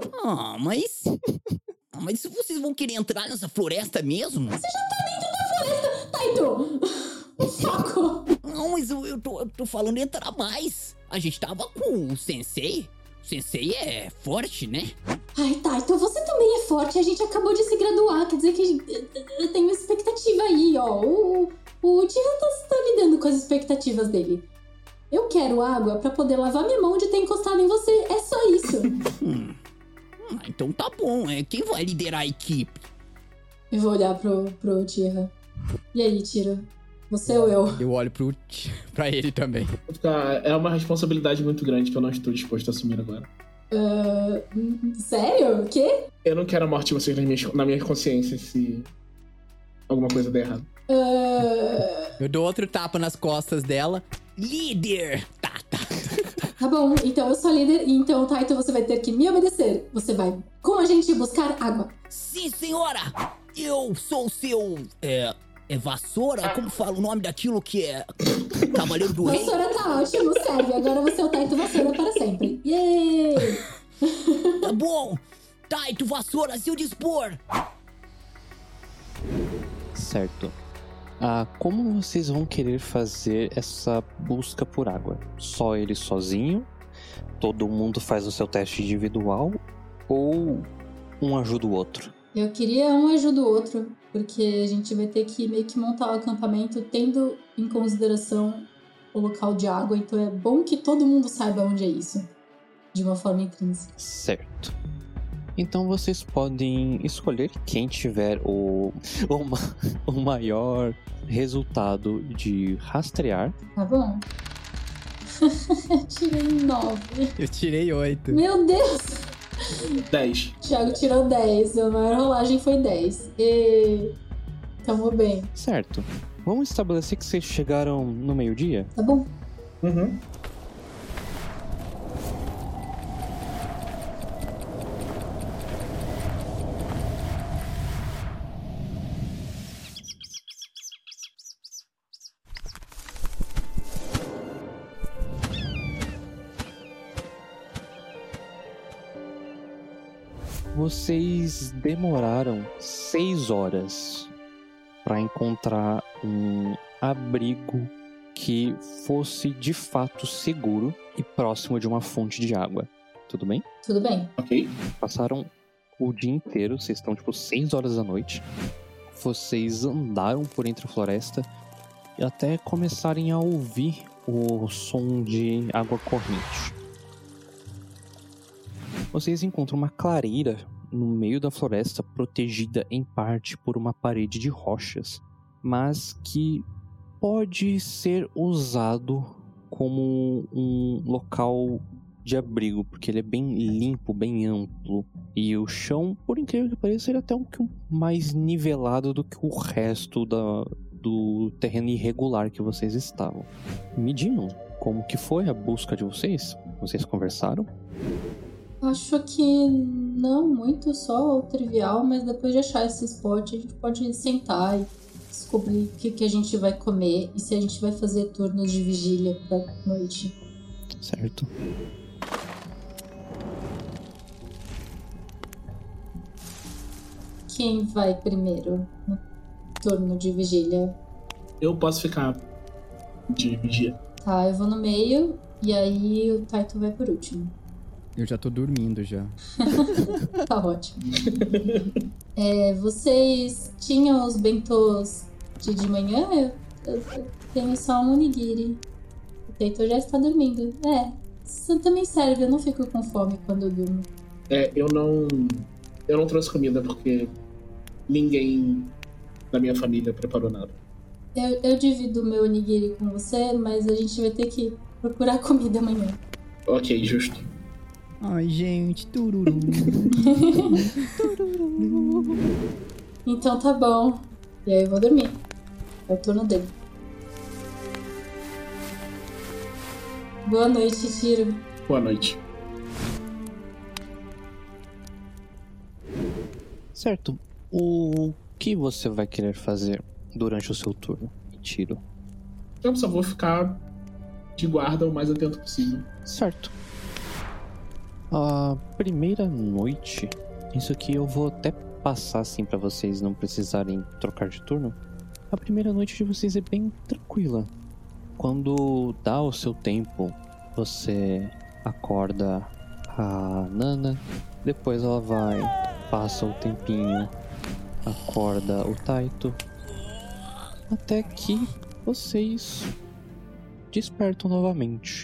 Mas vocês vão querer entrar nessa floresta mesmo? Você já tá dentro da floresta, Taito! O foco! Não, mas eu tô falando entrar mais. A gente tava com o Sensei. O Sensei é forte, né? Ai, Taito, você também é forte. A gente acabou de se graduar, quer dizer que eu tenho uma expectativa aí, ó. O Tira tá lidando com as expectativas dele. Eu quero água pra poder lavar minha mão de ter encostado em você. É só isso. Então tá bom. Quem vai liderar a equipe? Eu vou olhar pro Tira. E aí, Tira? Você ou eu? Eu olho pra ele também. É uma responsabilidade muito grande que eu não estou disposto a assumir agora. Sério? O quê? Eu não quero a morte de vocês na minha consciência se alguma coisa der errado. Eu dou outro tapa nas costas dela. Líder! Tá. Tá bom, então eu sou líder, então, Taito, você vai ter que me obedecer. Você vai com a gente buscar água? Sim, senhora! Eu sou o seu... É vassoura? Como fala o nome daquilo que é... Cavaleiro do Rei? Vassoura tá ótimo, serve. Agora você é o Taito Vassoura para sempre. Yay! Tá bom! Taito Vassoura, se eu dispor! Certo. Como vocês vão querer fazer essa busca por água? Só ele sozinho? Todo mundo faz o seu teste individual? Ou um ajuda o outro? Eu queria um ajuda o outro, porque a gente vai ter que meio que montar o acampamento tendo em consideração o local de água, então é bom que todo mundo saiba onde é isso, de uma forma intrínseca. Certo. Então vocês podem escolher quem tiver o maior resultado de rastrear. Tá bom? Tirei 9. Eu tirei 8. Meu Deus! 10. Thiago tirou 10. A maior rolagem foi 10. E... Tamo bem. Certo. Vamos estabelecer que vocês chegaram no meio-dia? Tá bom. Uhum. Vocês demoraram 6 horas para encontrar um abrigo que fosse de fato seguro e próximo de uma fonte de água. Tudo bem? Tudo bem. Ok. Passaram o dia inteiro, vocês estão 6 horas da noite. Vocês andaram por entre a floresta e até começarem a ouvir o som de água corrente. Vocês encontram uma clareira no meio da floresta, protegida em parte por uma parede de rochas, mas que pode ser usado como um local de abrigo, porque ele é bem limpo, bem amplo. E o chão, por incrível que pareça, ele é até um pouco mais nivelado do que o resto do terreno irregular que vocês estavam. Me digam, como que foi a busca de vocês? Vocês conversaram? Acho que não muito, só o trivial, mas depois de achar esse spot, a gente pode sentar e descobrir o que a gente vai comer e se a gente vai fazer turnos de vigília pra noite. Certo. Quem vai primeiro no turno de vigília? Eu posso ficar de vigia. Tá, eu vou no meio e aí o Taito vai por último. Eu já tô dormindo já. Tá ótimo. Vocês tinham os bentos de manhã? Eu tenho só um onigiri. O Taito já está dormindo. Isso também serve, eu não fico com fome quando eu durmo. Eu não trouxe comida porque ninguém da minha família preparou nada. Eu divido o meu onigiri com você, mas a gente vai ter que procurar comida amanhã. Ok, justo. Ai, gente, tururu. Então tá bom. E aí eu vou dormir. É o turno dele. Boa noite, Tiro. Boa noite. Certo. O que você vai querer fazer durante o seu turno, Tiro? Eu só vou ficar de guarda o mais atento possível. Certo. A primeira noite, isso aqui eu vou até passar assim pra vocês não precisarem trocar de turno. A primeira noite de vocês é bem tranquila. Quando dá o seu tempo, você acorda a Nana, depois ela vai, passa o tempinho, acorda o Taito, até que vocês despertam novamente.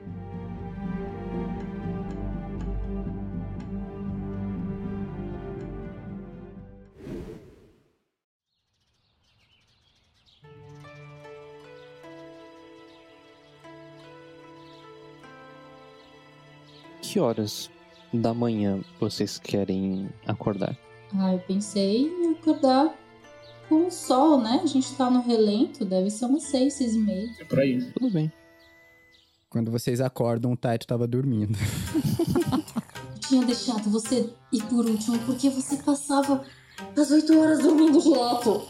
Que horas da manhã vocês querem acordar? Eu pensei em acordar com o sol, né? A gente tá no relento, deve ser umas 6, 6:30. É por aí. Tudo bem. Quando vocês acordam, o Taito tava dormindo. tinha deixado você ir por último, porque você passava as 8 horas dormindo direto.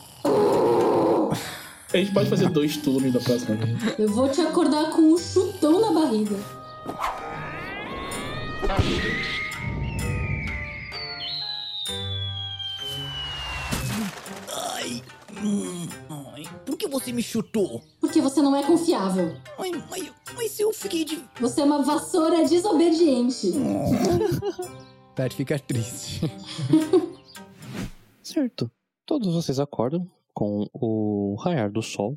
A gente pode fazer 2 turnos da próxima vez. Eu vou te acordar com um chutão na barriga. Ai, por que você me chutou? Porque você não é confiável. Mas eu fiquei de... Você é uma vassoura desobediente. Pat fica triste. Certo. Todos vocês acordam com o raiar do sol.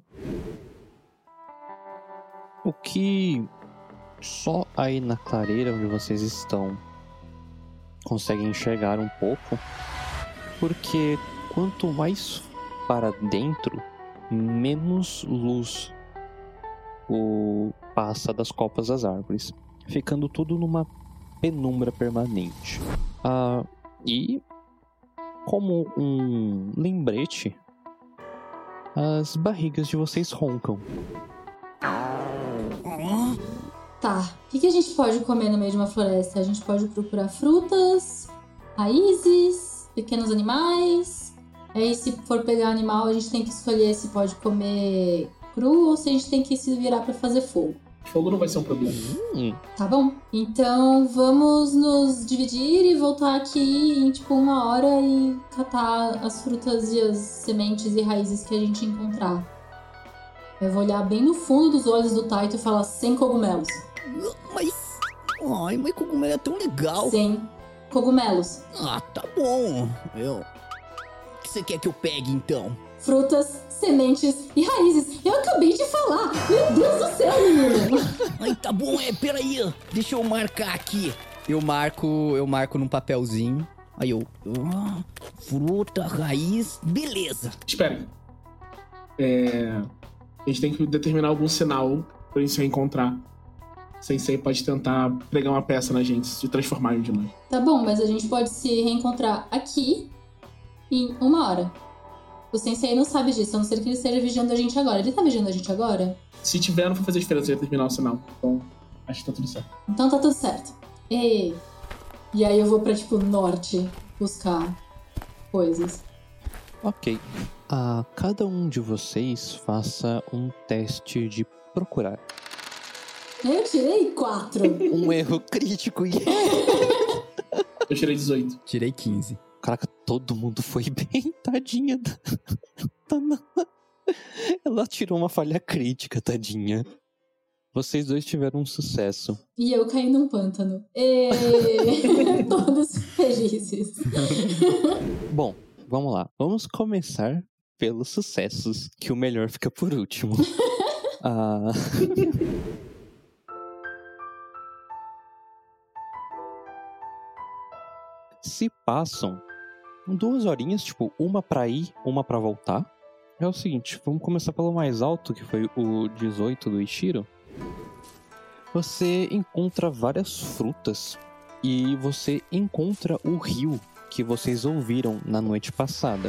O que só aí na clareira onde vocês estão conseguem enxergar um pouco, porque quanto mais para dentro, menos luz passa das copas das árvores, ficando tudo numa penumbra permanente. E como um lembrete, as barrigas de vocês roncam. Tá, o que a gente pode comer no meio de uma floresta? A gente pode procurar frutas, raízes, pequenos animais. Aí se for pegar animal, a gente tem que escolher se pode comer cru ou se a gente tem que se virar pra fazer fogo. Fogo não vai ser um problema. Tá bom. Então vamos nos dividir e voltar aqui em tipo 1 hora e catar as frutas e as sementes e raízes que a gente encontrar. Eu vou olhar bem no fundo dos olhos do Taito e falar sem cogumelos. Mas cogumelo é tão legal. Sem cogumelos. Ah, tá bom. O que você quer que eu pegue então? Frutas, sementes e raízes. Eu acabei de falar. Meu Deus do céu, menino. Ai, tá bom, peraí. Deixa eu marcar aqui. Eu marco num papelzinho. Aí fruta, raiz, beleza. Espera. A gente tem que determinar algum sinal pra gente se reencontrar. Sensei pode tentar pregar uma peça na gente, se transformar em um de nós. Tá bom, mas a gente pode se reencontrar aqui em 1 hora. O Sensei não sabe disso, a não ser que ele esteja vigiando a gente agora. Ele tá vigiando a gente agora? Se tiver, não vai fazer diferença de determinar o sinal. Então, acho que tá tudo certo. Então tá tudo certo. E aí eu vou pra, norte buscar coisas. Ok. Cada um de vocês faça um teste de procurar. Eu tirei 4. Um erro crítico. Eu tirei 18. Tirei 15. Caraca, todo mundo foi bem, tadinha. Ela tirou uma falha crítica, tadinha. Vocês dois tiveram um sucesso. E eu caí num pântano. Todos felizes. Bom, vamos lá. Vamos começar pelos sucessos, que o melhor fica por último. Se passam 2 horinhas, uma pra ir, uma pra voltar. É o seguinte, vamos começar pelo mais alto, que foi o 18 do Ishiro. Você encontra várias frutas e você encontra o rio que vocês ouviram na noite passada.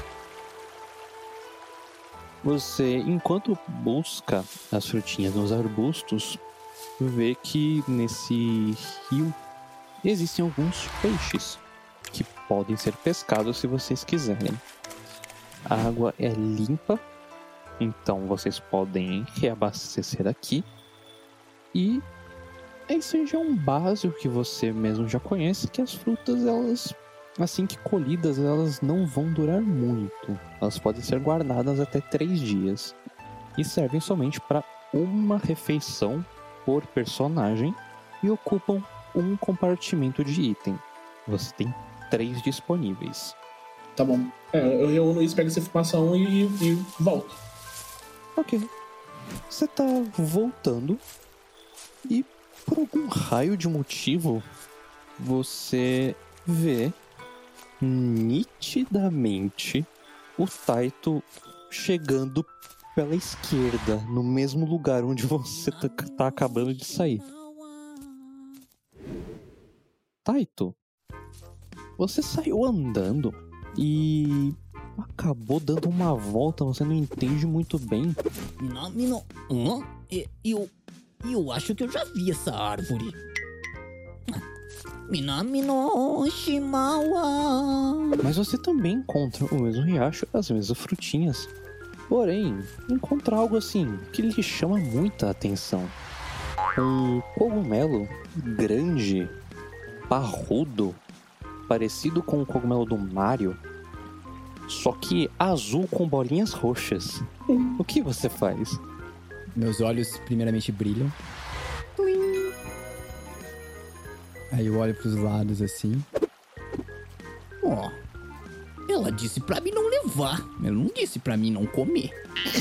Você, enquanto busca as frutinhas nos arbustos, vê que nesse rio existem alguns peixes que podem ser pescados se vocês quiserem. A água é limpa, então vocês podem reabastecer aqui. E esse já é um básico que você mesmo já conhece, que as frutas, elas, assim que colhidas, elas não vão durar muito. Elas podem ser guardadas até 3 dias. E servem somente para uma refeição por personagem e ocupam um compartimento de item. Você tem 3 disponíveis. Tá bom. Eu reúno isso, pego essa informação e volto. Ok. Você tá voltando e por algum raio de motivo você vê nitidamente o Taito chegando pela esquerda, no mesmo lugar onde você tá acabando de sair. Taito, você saiu andando e acabou dando uma volta, você não entende muito bem. Eu acho que eu já vi essa árvore. Minami no Shimawa. Mas você também encontra o mesmo riacho, as mesmas frutinhas. Porém, encontra algo assim que lhe chama muita atenção. Um cogumelo grande, parrudo, parecido com o cogumelo do Mario, só que azul com bolinhas roxas. O que você faz? Meus olhos primeiramente brilham. Aí eu olho pros lados assim. Ó, ela disse pra mim não levar. Ela não disse pra mim não comer.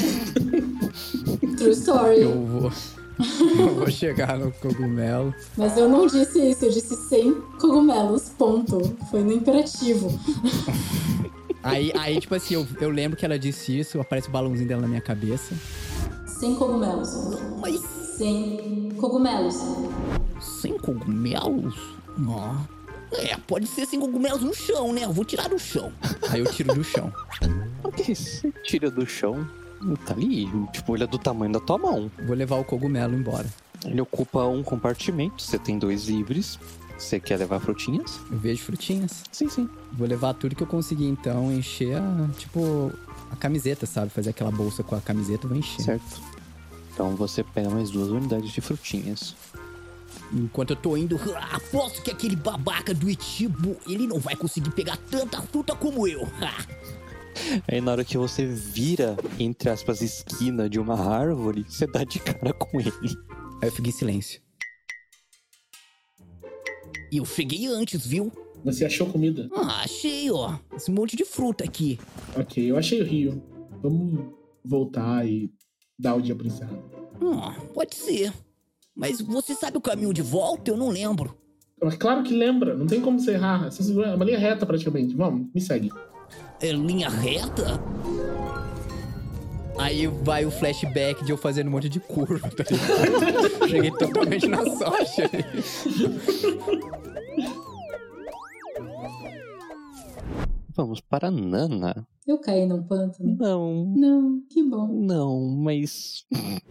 True story. Eu vou chegar no cogumelo. Mas eu não disse isso, eu disse 100 cogumelos, ponto. Foi no imperativo. Aí tipo assim, eu lembro que ela disse isso, aparece o balãozinho dela na minha cabeça. 100 cogumelos. Mas 100 cogumelos. 100 cogumelos? Ó. Pode ser 100 cogumelos no chão, né? Eu vou tirar do chão. Aí eu tiro do chão. O que você tira do chão? Tá ali, tipo, ele é do tamanho da tua mão. Vou levar o cogumelo embora. Ele ocupa um compartimento, você tem 2 livres. Você quer levar frutinhas? Eu vejo frutinhas. Sim. Vou levar tudo que eu conseguir, então, encher a camiseta, sabe? Fazer aquela bolsa com a camiseta, eu vou encher. Certo. Então você pega mais 2 unidades de frutinhas. Enquanto eu tô indo, aposto que aquele babaca do Ichibo, ele não vai conseguir pegar tanta fruta como eu. Aí na hora que você vira, entre aspas, esquina de uma árvore, você dá de cara com ele. Aí eu fico em silêncio. E eu cheguei antes, viu? Você achou comida? Achei, ó. Esse monte de fruta aqui. Ok, eu achei o rio. Vamos voltar e dar o dia pro encerrado. Pode ser. Mas você sabe o caminho de volta? Eu não lembro. Mas claro que lembra, não tem como você errar. É uma linha reta praticamente. Vamos, me segue. É linha reta? Aí vai o flashback de eu fazendo um monte de curva, tá ligado? Cheguei totalmente na sorte ali. Vamos para Nana. Eu caí num pântano? Não. Não, que bom. Não, mas...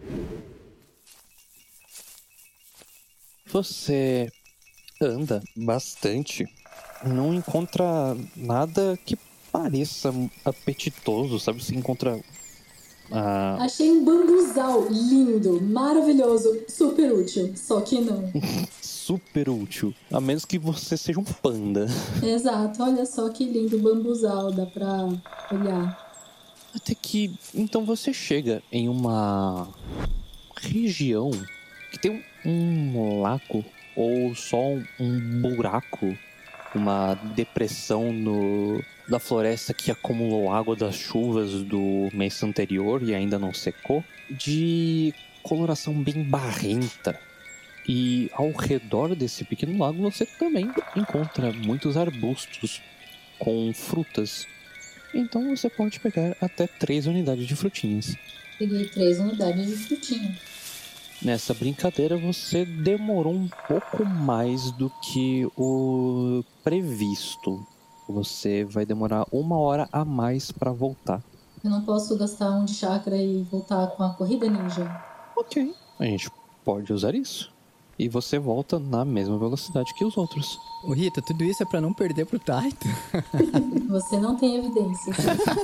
Você anda bastante. Não encontra nada que pareça apetitoso, sabe? Você encontra... Achei um bambuzal lindo, maravilhoso, super útil. Só que não. Super útil. A menos que você seja um panda. Exato, olha só que lindo bambuzal, dá pra olhar. Até que, então você chega em uma região que tem um lago ou só um buraco, uma depressão da floresta que acumulou água das chuvas do mês anterior e ainda não secou, de coloração bem barrenta. E ao redor desse pequeno lago você também encontra muitos arbustos com frutas. Então você pode pegar até 3 unidades de frutinhas. Peguei 3 unidades de frutinha. Nessa brincadeira você demorou um pouco mais do que o previsto. Você vai demorar 1 hora a mais para voltar. Eu não posso gastar um de chakra e voltar com a corrida ninja. Ok, a gente pode usar isso. E você volta na mesma velocidade que os outros. Ô Rita, tudo isso é pra não perder pro Taito? Você não tem evidências.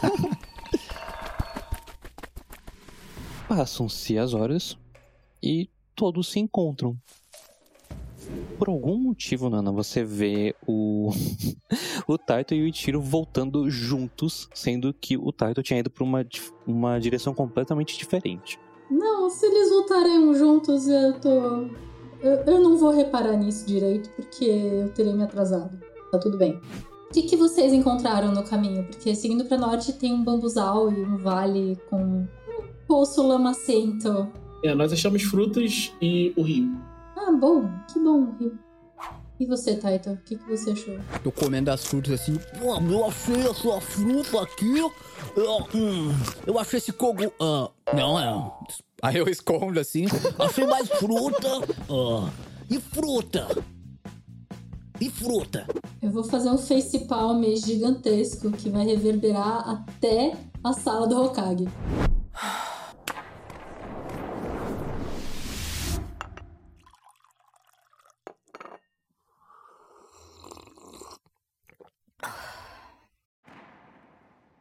Passam-se as horas e todos se encontram. Por algum motivo, Nana, você vê o Taito e o Ichiro voltando juntos, sendo que o Taito tinha ido pra uma direção completamente diferente. Não, se eles voltarem juntos, eu não vou reparar nisso direito, porque eu terei me atrasado. Tá tudo bem. O que vocês encontraram no caminho? Porque seguindo pra norte tem um bambuzal e um vale com um poço lamacento. Nós achamos frutas e o rio. Ah, bom. Que bom, o rio. E você, Taito? O que você achou? Tô comendo as frutas assim. Pô, eu achei essa fruta aqui. Eu achei esse cogo... não. Aí eu escondo assim. Achei mais fruta. E fruta? E fruta? Eu vou fazer um facepalm gigantesco que vai reverberar até a sala do Hokage.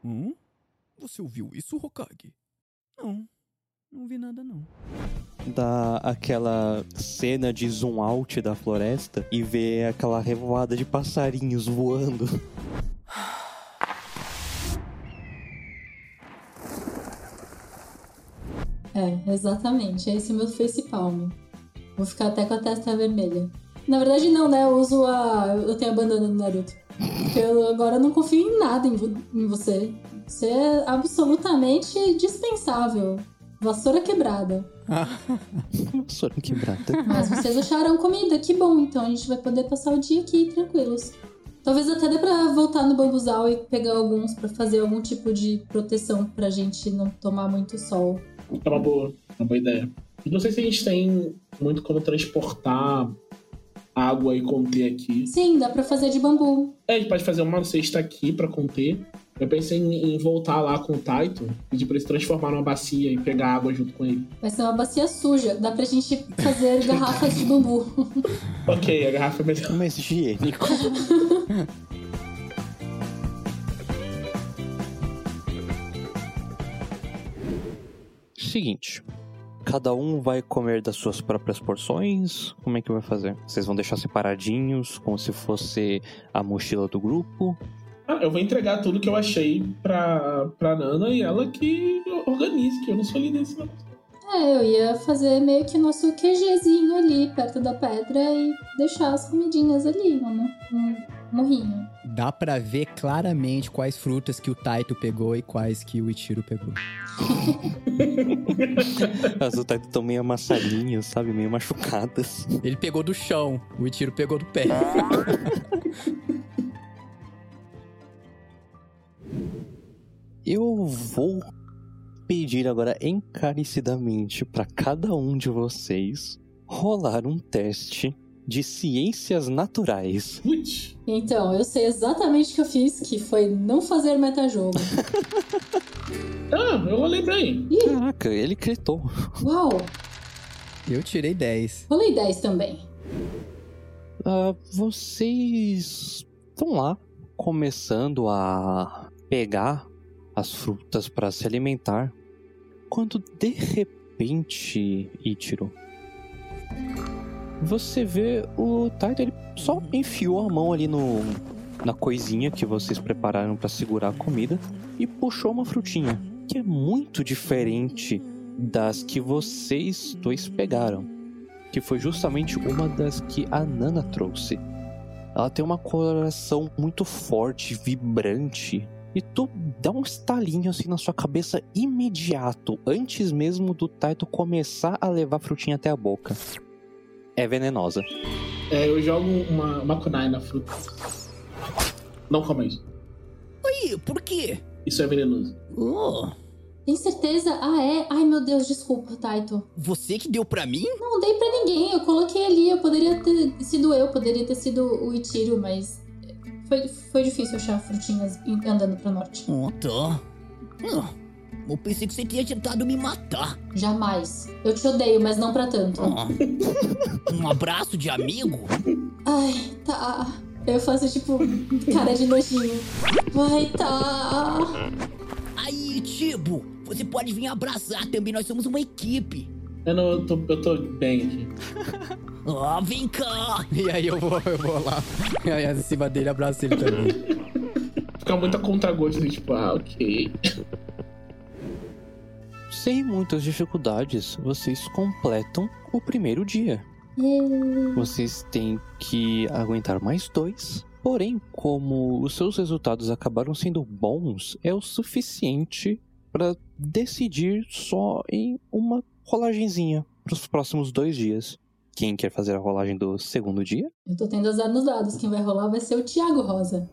Você ouviu isso, Hokage? Não vi nada não. Dá aquela cena de zoom out da floresta e vê aquela revoada de passarinhos voando. Exatamente. É esse meu facepalm. Vou ficar até com a testa vermelha. Na verdade não, né? Eu tenho a bandana do Naruto. Porque eu agora não confio em nada em você. Você é absolutamente dispensável. Vassoura quebrada. Vassoura quebrada. Mas vocês acharam comida, que bom. Então a gente vai poder passar o dia aqui tranquilos. Talvez até dê pra voltar no bambuzal e pegar alguns pra fazer algum tipo de proteção pra gente não tomar muito sol. É uma boa ideia. Não sei se a gente tem muito como transportar água e conter aqui. Sim, dá pra fazer de bambu. A gente pode fazer uma cesta aqui pra conter. Eu pensei em voltar lá com o Taito, pedir pra ele se transformar numa bacia e pegar água junto com ele. Vai ser uma bacia suja. Dá pra gente fazer garrafas de bambu. Ok, a garrafa é melhor. Mais higiênico. Seguinte. Cada um vai comer das suas próprias porções? Como é que vai fazer? Vocês vão deixar separadinhos, como se fosse a mochila do grupo? Eu vou entregar tudo que eu achei pra Nana e ela que organize, que eu não sou líder desse negócio. Eu ia fazer meio que o nosso QGzinho ali, perto da pedra, e deixar as comidinhas ali, no morrinho. Dá pra ver claramente quais frutas que o Taito pegou e quais que o Ichiro pegou. As do Taito estão meio amassadinhas, sabe? Meio machucadas. Ele pegou do chão, o Ichiro pegou do pé. Eu vou pedir agora encarecidamente para cada um de vocês rolar um teste de ciências naturais. Então, eu sei exatamente o que eu fiz, que foi não fazer metajogo. Eu rolei bem. Caraca, ele gritou. Uau! Eu tirei 10. Rolei 10 também. Vocês estão lá, começando a pegar as frutas para se alimentar, quando de repente, Ichiro, você vê o Taito, ele só enfiou a mão ali na coisinha que vocês prepararam para segurar a comida e puxou uma frutinha, que é muito diferente das que vocês dois pegaram, que foi justamente uma das que a Nana trouxe. Ela tem uma coloração muito forte, vibrante, e tu dá um estalinho assim na sua cabeça imediato, antes mesmo do Taito começar a levar a frutinha até a boca. É venenosa. Eu jogo uma kunai na fruta. Não coma isso. Oi, por quê? Isso é venenoso. Tem certeza? É? Ai, meu Deus, desculpa, Taito. Você que deu pra mim? Não dei pra ninguém, eu coloquei ali. Poderia ter sido o Ichiro, mas foi difícil achar frutinhas andando pro norte. Tá. Eu pensei que você tinha tentado me matar. Jamais. Eu te odeio, mas não pra tanto. Um abraço de amigo? Ai, tá. Eu faço tipo cara de nojinho. Vai, tá. Aí, Tibo, você pode vir abraçar também, nós somos uma equipe. Eu tô bem aqui. Vem cá. E aí eu vou lá. E aí em cima dele, abraço ele também. Fica muito a contragosto, tipo, ok. Sem muitas dificuldades, vocês completam o primeiro dia. Vocês têm que aguentar mais 2. Porém, como os seus resultados acabaram sendo bons, é o suficiente para decidir só em uma rolagenzinha para os próximos 2 dias. Quem quer fazer a rolagem do segundo dia? Eu tô tendo azar nos dados. Quem vai rolar vai ser o Thiago Rosa.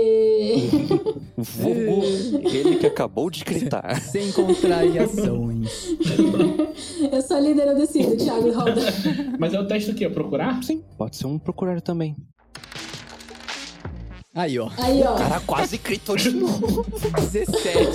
Ele que acabou de gritar. Sem contrariações. Eu sou a líder, eu decido, Thiago roda. Mas é o teste do quê? Procurar? Sim, pode ser um procurar também. Aí, ó. O cara quase gritou de novo. 17.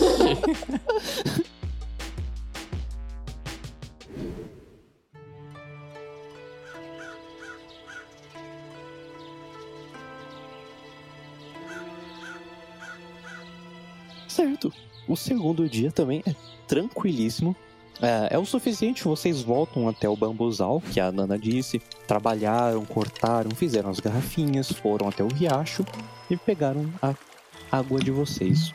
Certo. O segundo dia também é tranquilíssimo. É o suficiente, vocês voltam até o bambuzal, que a Nana disse. Trabalharam, cortaram, fizeram as garrafinhas, foram até o riacho e pegaram a água de vocês.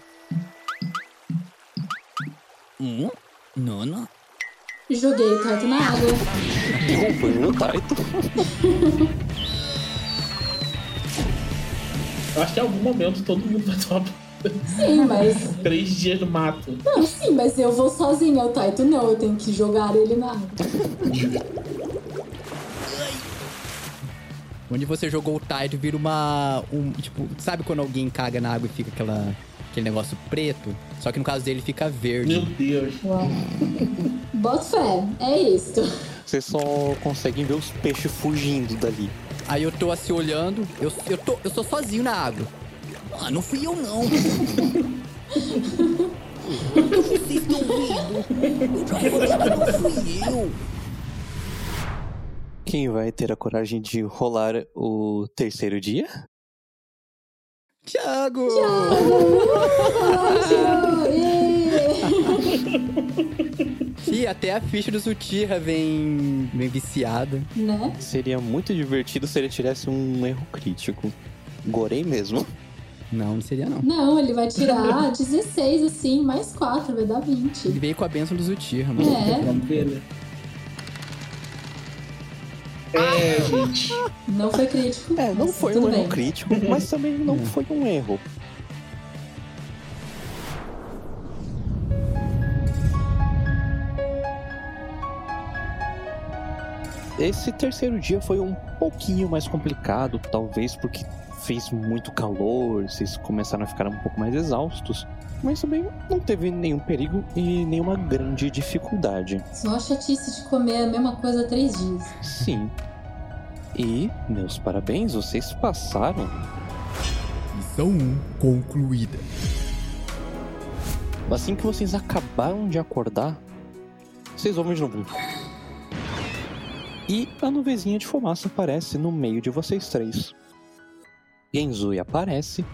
Nana? Joguei o Taito na água. Derrubando o Taito. Eu acho que em algum momento todo mundo vai tomar Sim, mas... 3 dias no mato. Não, sim, mas eu vou sozinha. O Taito não, eu tenho que jogar ele na água. Onde você jogou o Taito vira tipo, sabe quando alguém caga na água e fica aquele negócio preto? Só que no caso dele fica verde. Meu Deus. Uau. Bota fé, é isso. Vocês só conseguem ver os peixes fugindo dali. Aí eu tô assim olhando, eu sou sozinho na água. Ah, não fui eu não. O que vocês estão vendo? Eu já falei que não fui eu. Quem vai ter a coragem de rolar o terceiro dia? Thiago! E até a ficha do Zutirra vem viciada. Né? Seria muito divertido se ele tivesse um erro crítico. Gorei mesmo. Não seria não. Não, ele vai tirar 16, assim, mais 4, vai dar 20. Ele veio com a benção do Zutirra, mano. Vamos ver, né? Gente. Não foi crítico. Não foi um erro crítico, mas também não foi um erro. Esse terceiro dia foi um pouquinho mais complicado, talvez porque fez muito calor, vocês começaram a ficar um pouco mais exaustos, mas também não teve nenhum perigo e nenhuma grande dificuldade. Só a chatice de comer a mesma coisa 3 dias. Sim. E, meus parabéns, vocês passaram. Missão 1 concluída. Assim que vocês acabaram de acordar, vocês ouvem de novo. E a nuvenzinha de fumaça aparece no meio de vocês três. Genzui aparece,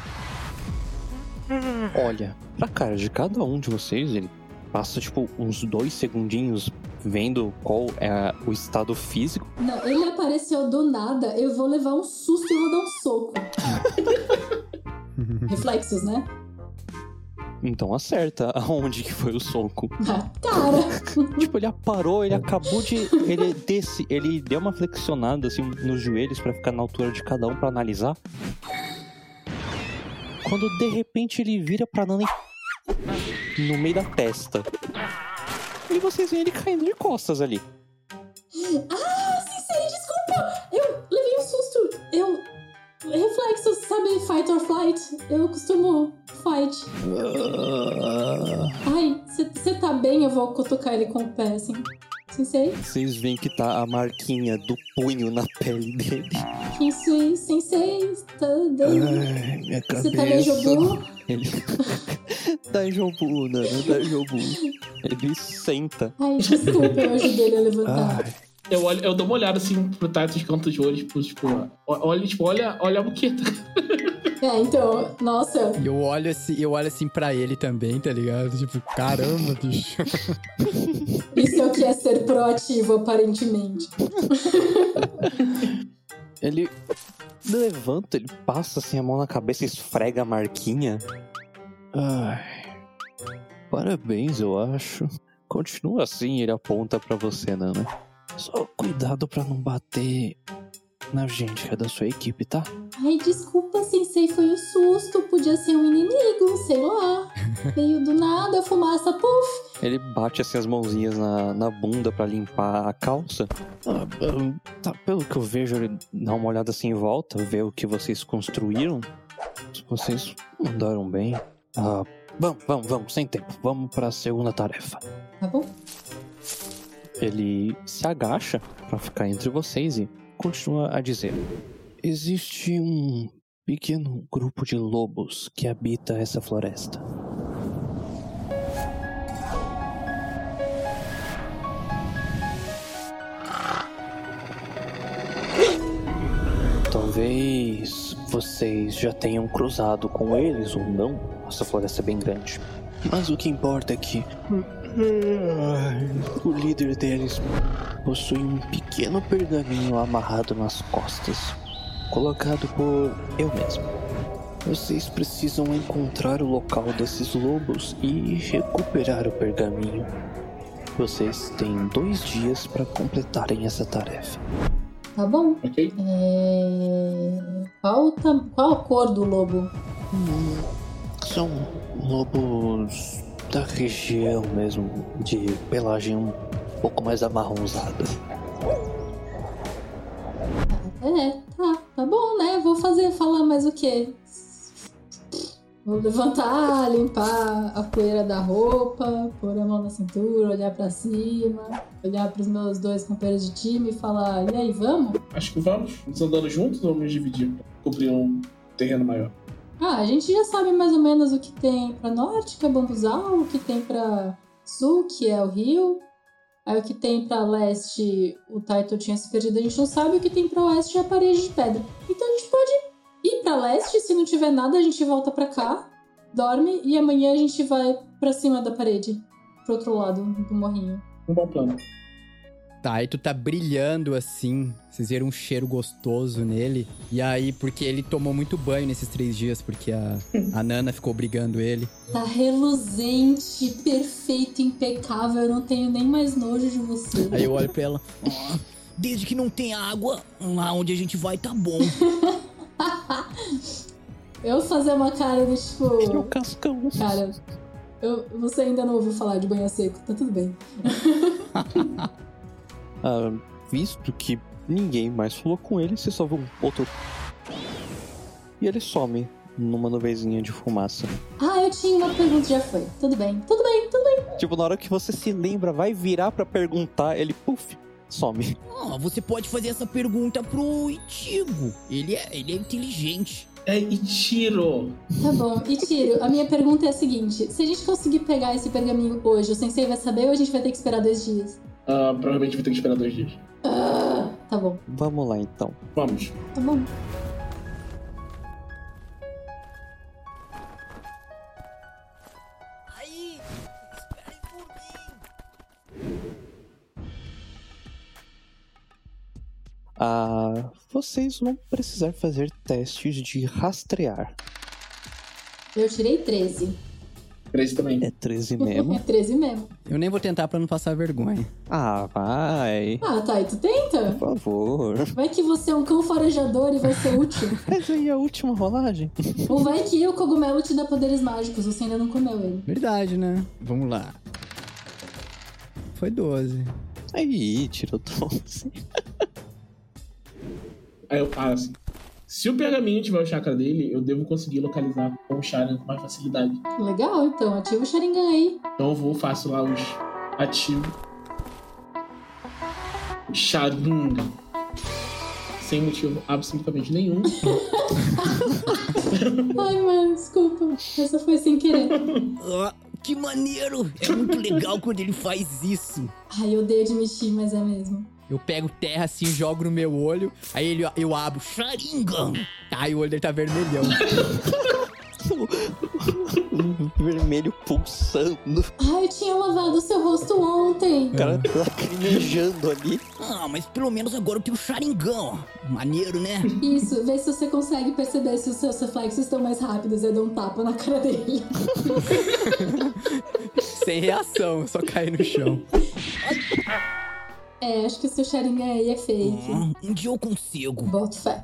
olha pra cara de cada um de vocês, ele passa tipo uns 2 segundinhos vendo qual é o estado físico. Não, ele apareceu do nada, eu vou levar um susto e vou dar um soco. Reflexos, né? Então acerta aonde que foi o soco. Cara! Tipo, ele parou, ele acabou de... Ele deu uma flexionada assim nos joelhos pra ficar na altura de cada um pra analisar. Quando de repente ele vira pra Nana no meio da testa. E vocês veem ele caindo de costas ali. Sensei, desculpa! Eu levei um susto. Reflexos, sabe? Fight or flight. Eu costumo fight. Ai, você tá bem? Eu vou cutucar ele com o pé, assim. Sensei? Vocês veem que tá a marquinha do punho na pele dele. Sensei, tá dando... Ai, minha cabeça. Você tá Daijobu? Ele... Daijobu, Nana, Daijobu. Ele senta. Ai, desculpa, eu ajudei ele a levantar. Ai. Eu dou uma olhada assim pro Taito dos cantos de olho, olha a boqueta. Então, nossa. E eu olho assim pra ele também, tá ligado? Tipo, caramba, bicho. Isso é o que é ser proativo, aparentemente. Ele levanta, ele passa assim a mão na cabeça e esfrega a marquinha. Ai, parabéns, eu acho. Continua assim, ele aponta pra você, Nana. Só cuidado pra não bater na gente que é da sua equipe, tá? Ai, desculpa, Sensei, foi um susto. Podia ser um inimigo, sei lá. Veio do nada, fumaça, puf. Ele bate assim as mãozinhas na bunda pra limpar a calça. Tá, pelo que eu vejo, ele dá uma olhada assim em volta, vê o que vocês construíram. Vocês mandaram bem. Vamos, sem tempo. Vamos pra segunda tarefa. Tá bom. Ele se agacha pra ficar entre vocês e continua a dizer: existe um pequeno grupo de lobos que habita essa floresta. Talvez vocês já tenham cruzado com eles ou não, essa floresta é bem grande. Mas o que importa é que o líder deles possui um pequeno pergaminho amarrado nas costas, colocado por eu mesmo. Vocês precisam encontrar o local desses lobos e recuperar o pergaminho. Vocês têm 2 dias para completarem essa tarefa. Tá bom. Ok. Qual a cor do lobo? São lobos da região mesmo, de pelagem um pouco mais amarronzada. Tá bom, né? Vou falar mais o quê? Vou levantar, limpar a poeira da roupa, pôr a mão na cintura, olhar pra cima, olhar pros meus 2 companheiros de time e falar, e aí, vamos? Acho que vamos. Vamos andando juntos ou vamos dividir pra cobrir um terreno maior? A gente já sabe mais ou menos o que tem pra norte, que é Bambuzal, o que tem pra sul, que é o rio. Aí o que tem pra leste, o Taito tinha se perdido, a gente não sabe. O que tem pra oeste é a parede de pedra. Então a gente pode ir pra leste, se não tiver nada a gente volta pra cá, dorme e amanhã a gente vai pra cima da parede, pro outro lado do morrinho. Um bom plano. Taito tá brilhando assim, vocês viram um cheiro gostoso nele. E aí, porque ele tomou muito banho nesses 3 dias, porque a Nana ficou brigando ele. Tá reluzente, perfeito, impecável, eu não tenho nem mais nojo de você. Aí eu olho pra ela, Desde que não tenha água, lá onde a gente vai tá bom. Eu fazer uma cara do tipo... Meu cascão. Cara, você ainda não ouviu falar de banho seco, tá tudo bem. Visto que ninguém mais falou com ele, você só vê um outro... E ele some numa nuvenzinha de fumaça. Eu tinha uma pergunta, já foi. Tudo bem. Tipo, na hora que você se lembra, vai virar pra perguntar, ele, puf, some. Você pode fazer essa pergunta pro Itigo. Ele é inteligente. É Ichiro. Tá bom. Ichiro, a minha pergunta é a seguinte. Se a gente conseguir pegar esse pergaminho hoje, o sensei vai saber ou a gente vai ter que esperar 2 dias? Provavelmente vai ter que esperar 2 dias. Tá bom. Vamos lá, então. Vamos. Tá bom. Aí, esperem por mim. Vocês vão precisar fazer testes de rastrear. Eu tirei 13. 13 também. É 13 mesmo? É 13 mesmo. eu nem vou tentar pra não passar vergonha. Vai. Tá, e tu tenta? Por favor. Vai que você é um cão farejador e vai ser útil. Mas aí a última rolagem. Ou vai que o cogumelo te dá poderes mágicos, você ainda não comeu ele. Verdade, né? Vamos lá. Foi 12. Aí, tirou 12. Aí eu paro assim. Se o pergaminho tiver o chakra dele, eu devo conseguir localizar com o Sharingan com mais facilidade. Legal, então. Ativa o Sharingan aí. Então eu vou, faço lá os ativos. Sharingan. Sem motivo absolutamente nenhum. Ai, mano, desculpa. Essa foi sem querer. Que maneiro! É muito legal quando ele faz isso. Eu odeio admitir, mas é mesmo. Eu pego terra assim, jogo no meu olho, aí eu abro Sharingan. Aí o olho dele tá vermelhão. Vermelho pulsando. Eu tinha lavado o seu rosto ontem. O cara lacrimejando ali. Mas pelo menos agora eu tenho Sharingan. Maneiro, né? Isso, vê se você consegue perceber se os seus reflexos estão mais rápidos. Eu dou um tapa na cara dele. Sem reação, eu só caio no chão. Acho que o seu Sharingan aí é fake. Um dia eu consigo. Boto fé.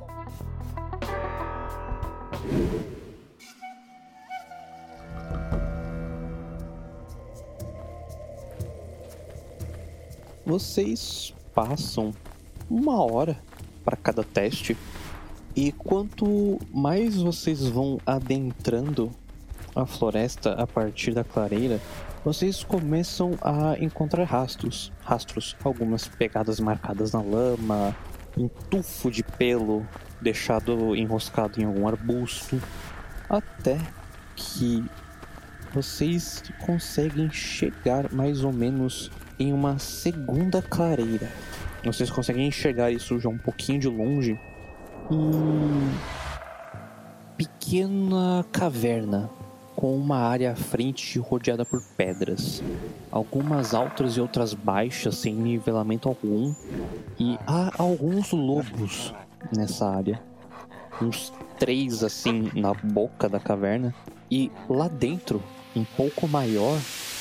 Vocês passam 1 hora para cada teste. E quanto mais vocês vão adentrando a floresta a partir da clareira, vocês começam a encontrar rastros, algumas pegadas marcadas na lama, um tufo de pelo deixado enroscado em algum arbusto, até que vocês conseguem chegar mais ou menos em uma segunda clareira. Vocês conseguem enxergar isso já um pouquinho de longe. pequena caverna com uma área à frente rodeada por pedras. Algumas altas e outras baixas, sem nivelamento algum. E há alguns lobos nessa área. Uns 3 assim na boca da caverna. E lá dentro, um pouco maior,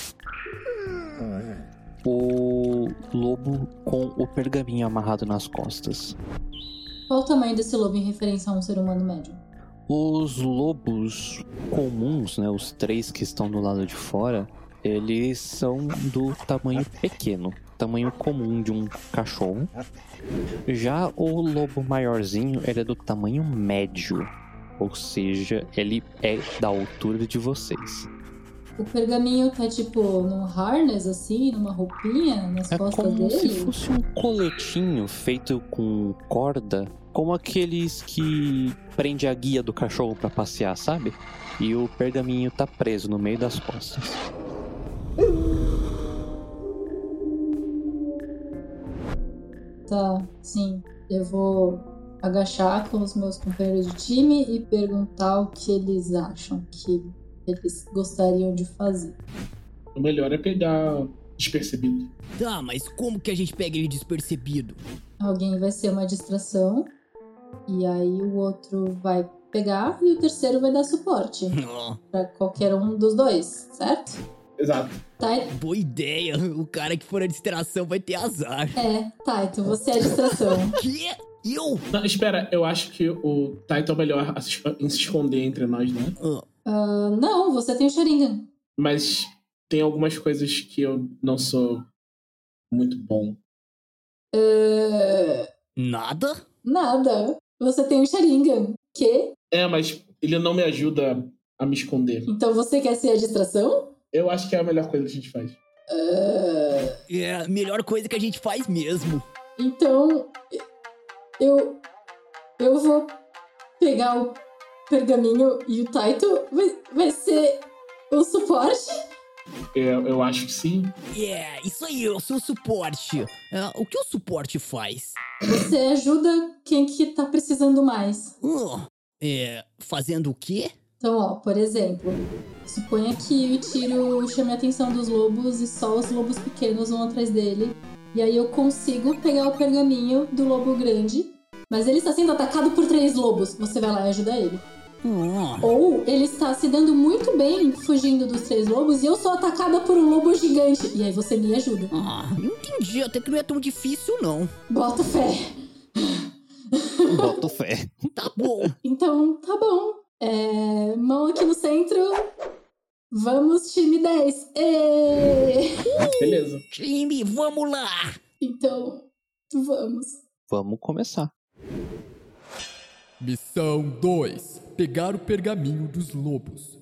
o lobo com o pergaminho amarrado nas costas. Qual o tamanho desse lobo em referência a um ser humano médio? Os lobos comuns, né, os 3 que estão do lado de fora, eles são do tamanho pequeno, tamanho comum de um cachorro. Já o lobo maiorzinho, ele é do tamanho médio, ou seja, ele é da altura de vocês. O pergaminho tá tipo num harness assim, numa roupinha nas costas dele? É como se fosse um coletinho feito com corda, como aqueles que prende a guia do cachorro pra passear, sabe? E o pergaminho tá preso no meio das costas. Tá, sim. Eu vou agachar com os meus companheiros de time e perguntar o que eles acham que eles gostariam de fazer. O melhor é pegar despercebido. Tá, mas como que a gente pega ele despercebido? Alguém vai ser uma distração, e aí o outro vai pegar e o terceiro vai dar suporte. Pra qualquer um dos dois, certo? Exato. Taito. Boa ideia. O cara que for a distração vai ter azar. Taito, você é a distração. Quê? Eu? Não, espera, eu acho que o Taito é o melhor em se esconder entre nós, né? Não, você tem o Sharingan. Mas tem algumas coisas que eu não sou muito bom. Nada? Nada. Você tem o Sharingan. Quê? Mas ele não me ajuda a me esconder. Então você quer ser a distração? Eu acho que é a melhor coisa que a gente faz. É a melhor coisa que a gente faz mesmo. Então, eu vou pegar o pergaminho e o Taito vai ser o suporte? Eu acho que sim. Isso aí, eu sou o suporte. O que o suporte faz? Você ajuda quem que tá precisando mais. Fazendo o quê? Então, por exemplo, suponha que o Tiro chame a atenção dos lobos e só os lobos pequenos vão atrás dele. E aí eu consigo pegar o pergaminho do lobo grande, mas ele está sendo atacado por 3 lobos. Você vai lá e ajuda ele. Ou ele está se dando muito bem fugindo dos 3 lobos e eu sou atacada por um lobo gigante. E aí você me ajuda. Não entendi, até que não é tão difícil, não. Boto fé. Boto fé. Tá bom. Então, tá bom. Mão aqui no centro. Vamos, time 10. Beleza. Time, vamos lá. Então, vamos. Vamos começar. Missão 2. Pegar o pergaminho dos lobos.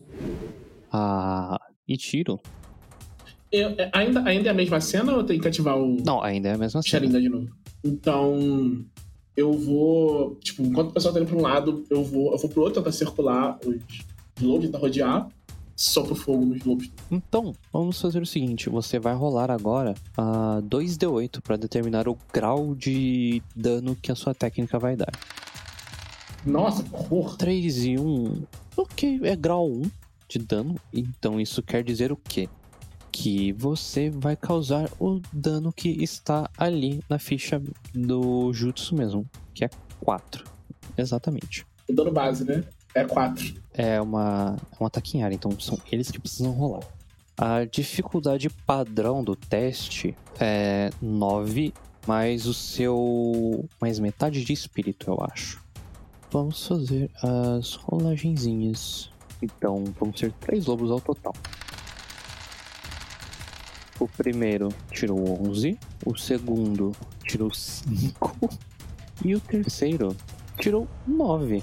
E Tiro? Ainda é a mesma cena ou eu tenho que ativar o... Não, ainda é a mesma cena. Sharingan de novo. Então, eu vou... Tipo, enquanto o pessoal tá indo pra um lado, eu vou pro outro tentar circular os lobos, tentar rodear. Sopro fogo nos lobos. Então, vamos fazer o seguinte. Você vai rolar agora 2d8 pra determinar o grau de dano que a sua técnica vai dar. Nossa, porra. 3 e 1. Ok, é grau 1 de dano. Então isso quer dizer o quê? Que você vai causar o dano que está ali na ficha do Jutsu mesmo. Que é 4. Exatamente. O dano base, né? É 4. É um ataque em área, então são eles que precisam rolar. A dificuldade padrão do teste é 9, mais mais metade de espírito, eu acho. Vamos fazer as rolagenzinhas. Então, vão ser 3 lobos ao total. O primeiro tirou 11, o segundo tirou 5 e o terceiro tirou 9.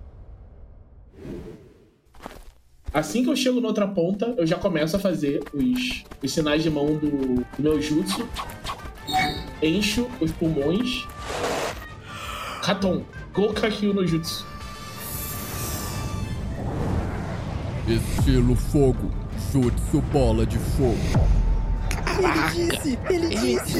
Assim que eu chego na outra ponta, eu já começo a fazer os sinais de mão do meu jutsu. Encho os pulmões. Katon, Gokakyu no jutsu. Estilo fogo, jutsu bola de fogo. Ele disse!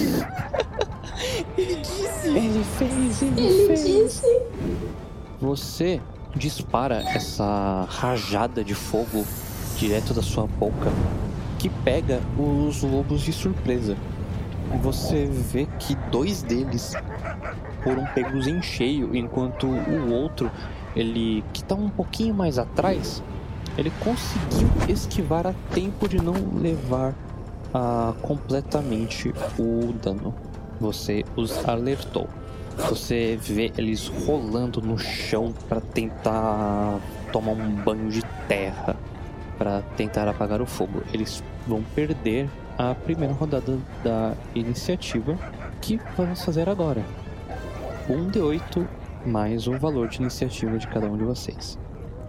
Ele fez. Ele disse! Você dispara essa rajada de fogo direto da sua boca que pega os lobos de surpresa. Você vê que 2 deles foram pegos em cheio, enquanto o outro, ele que tá um pouquinho mais atrás, ele conseguiu esquivar a tempo de não levar completamente o dano. Você os alertou. Você vê eles rolando no chão para tentar tomar um banho de terra, para tentar apagar o fogo. Eles vão perder a primeira rodada da iniciativa, que vamos fazer agora. 1d8 mais o valor de iniciativa de cada um de vocês.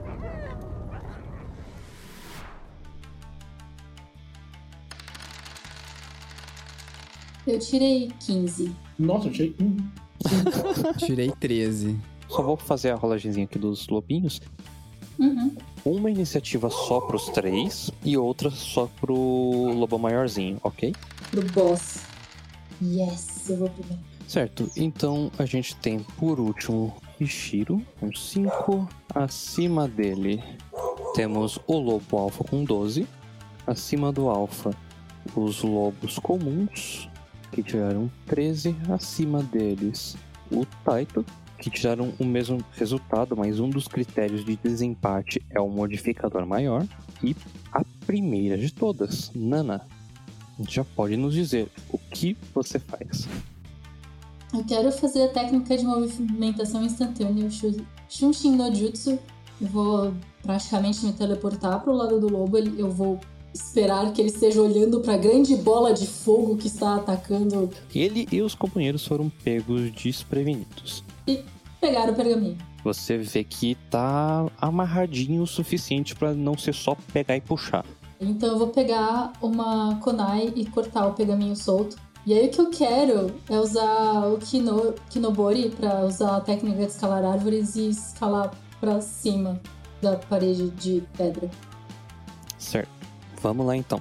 Eu tirei 15. Nossa, eu tirei 1. Tirei 13. Só vou fazer a rolagemzinha aqui dos lobinhos. Uhum. Uma iniciativa só pros 3 e outra só pro lobo maiorzinho, ok? Pro boss. Yes, eu vou primeiro. Certo, então a gente tem por último Ishiro com 5. Acima dele temos o lobo alfa com 12. Acima do alfa, os lobos comuns, que tiraram 13. Acima deles, o Taito, que tiraram o mesmo resultado, mas um dos critérios de desempate é o modificador maior. E a primeira de todas, Nana, já pode nos dizer o que você faz. Eu quero fazer a técnica de movimentação instantânea, o Shunshin no Jutsu. Eu vou praticamente me teleportar pro lado do lobo. Eu vou esperar que ele esteja olhando para a grande bola de fogo que está atacando. Ele e os companheiros foram pegos desprevenidos. E pegaram o pergaminho. Você vê que tá amarradinho o suficiente para não ser só pegar e puxar. Então eu vou pegar uma kunai e cortar o pergaminho solto. E aí o que eu quero é usar o Kinobori para usar a técnica de escalar árvores e escalar para cima da parede de pedra. Certo. Vamos lá então.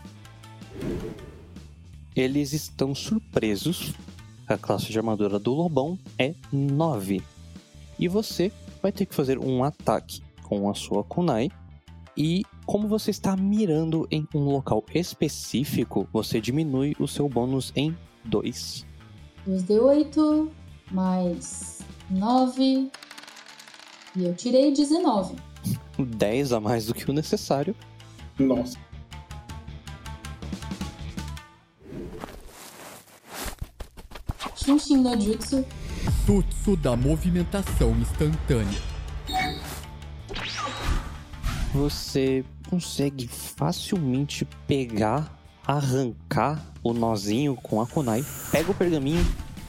Eles estão surpresos. A classe de armadura do lobão é 9. E você vai ter que fazer um ataque com a sua kunai. E como você está mirando em um local específico, você diminui o seu bônus em 2. 2d8 mais 9. E eu tirei 19. 10 a mais do que o necessário. Nossa. Shunshin no Jutsu. Jutsu da movimentação instantânea. Você consegue facilmente pegar, arrancar o nozinho com a kunai, pega o pergaminho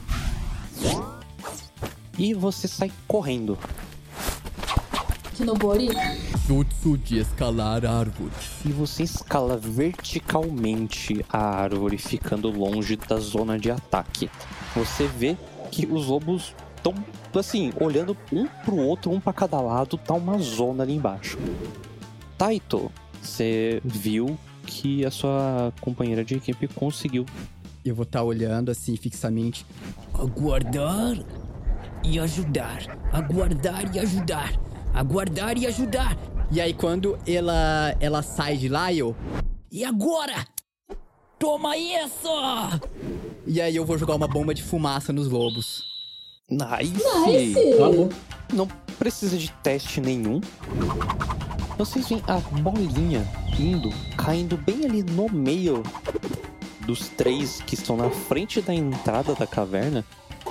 e você sai correndo. Kinobori. Jutsu de escalar árvores. E você escala verticalmente a árvore, ficando longe da zona de ataque. Você vê que os lobos estão, assim, olhando um pro outro, um pra cada lado, tá uma zona ali embaixo. Taito, você viu que a sua companheira de equipe conseguiu. Eu vou estar olhando assim fixamente. Aguardar e ajudar. Aguardar e ajudar. Aguardar e ajudar. E aí quando ela sai de lá, E agora? Toma isso! E aí eu vou jogar uma bomba de fumaça nos lobos. Nice! Não precisa de teste nenhum. Vocês veem a bolinha caindo bem ali no meio dos 3 que estão na frente da entrada da caverna.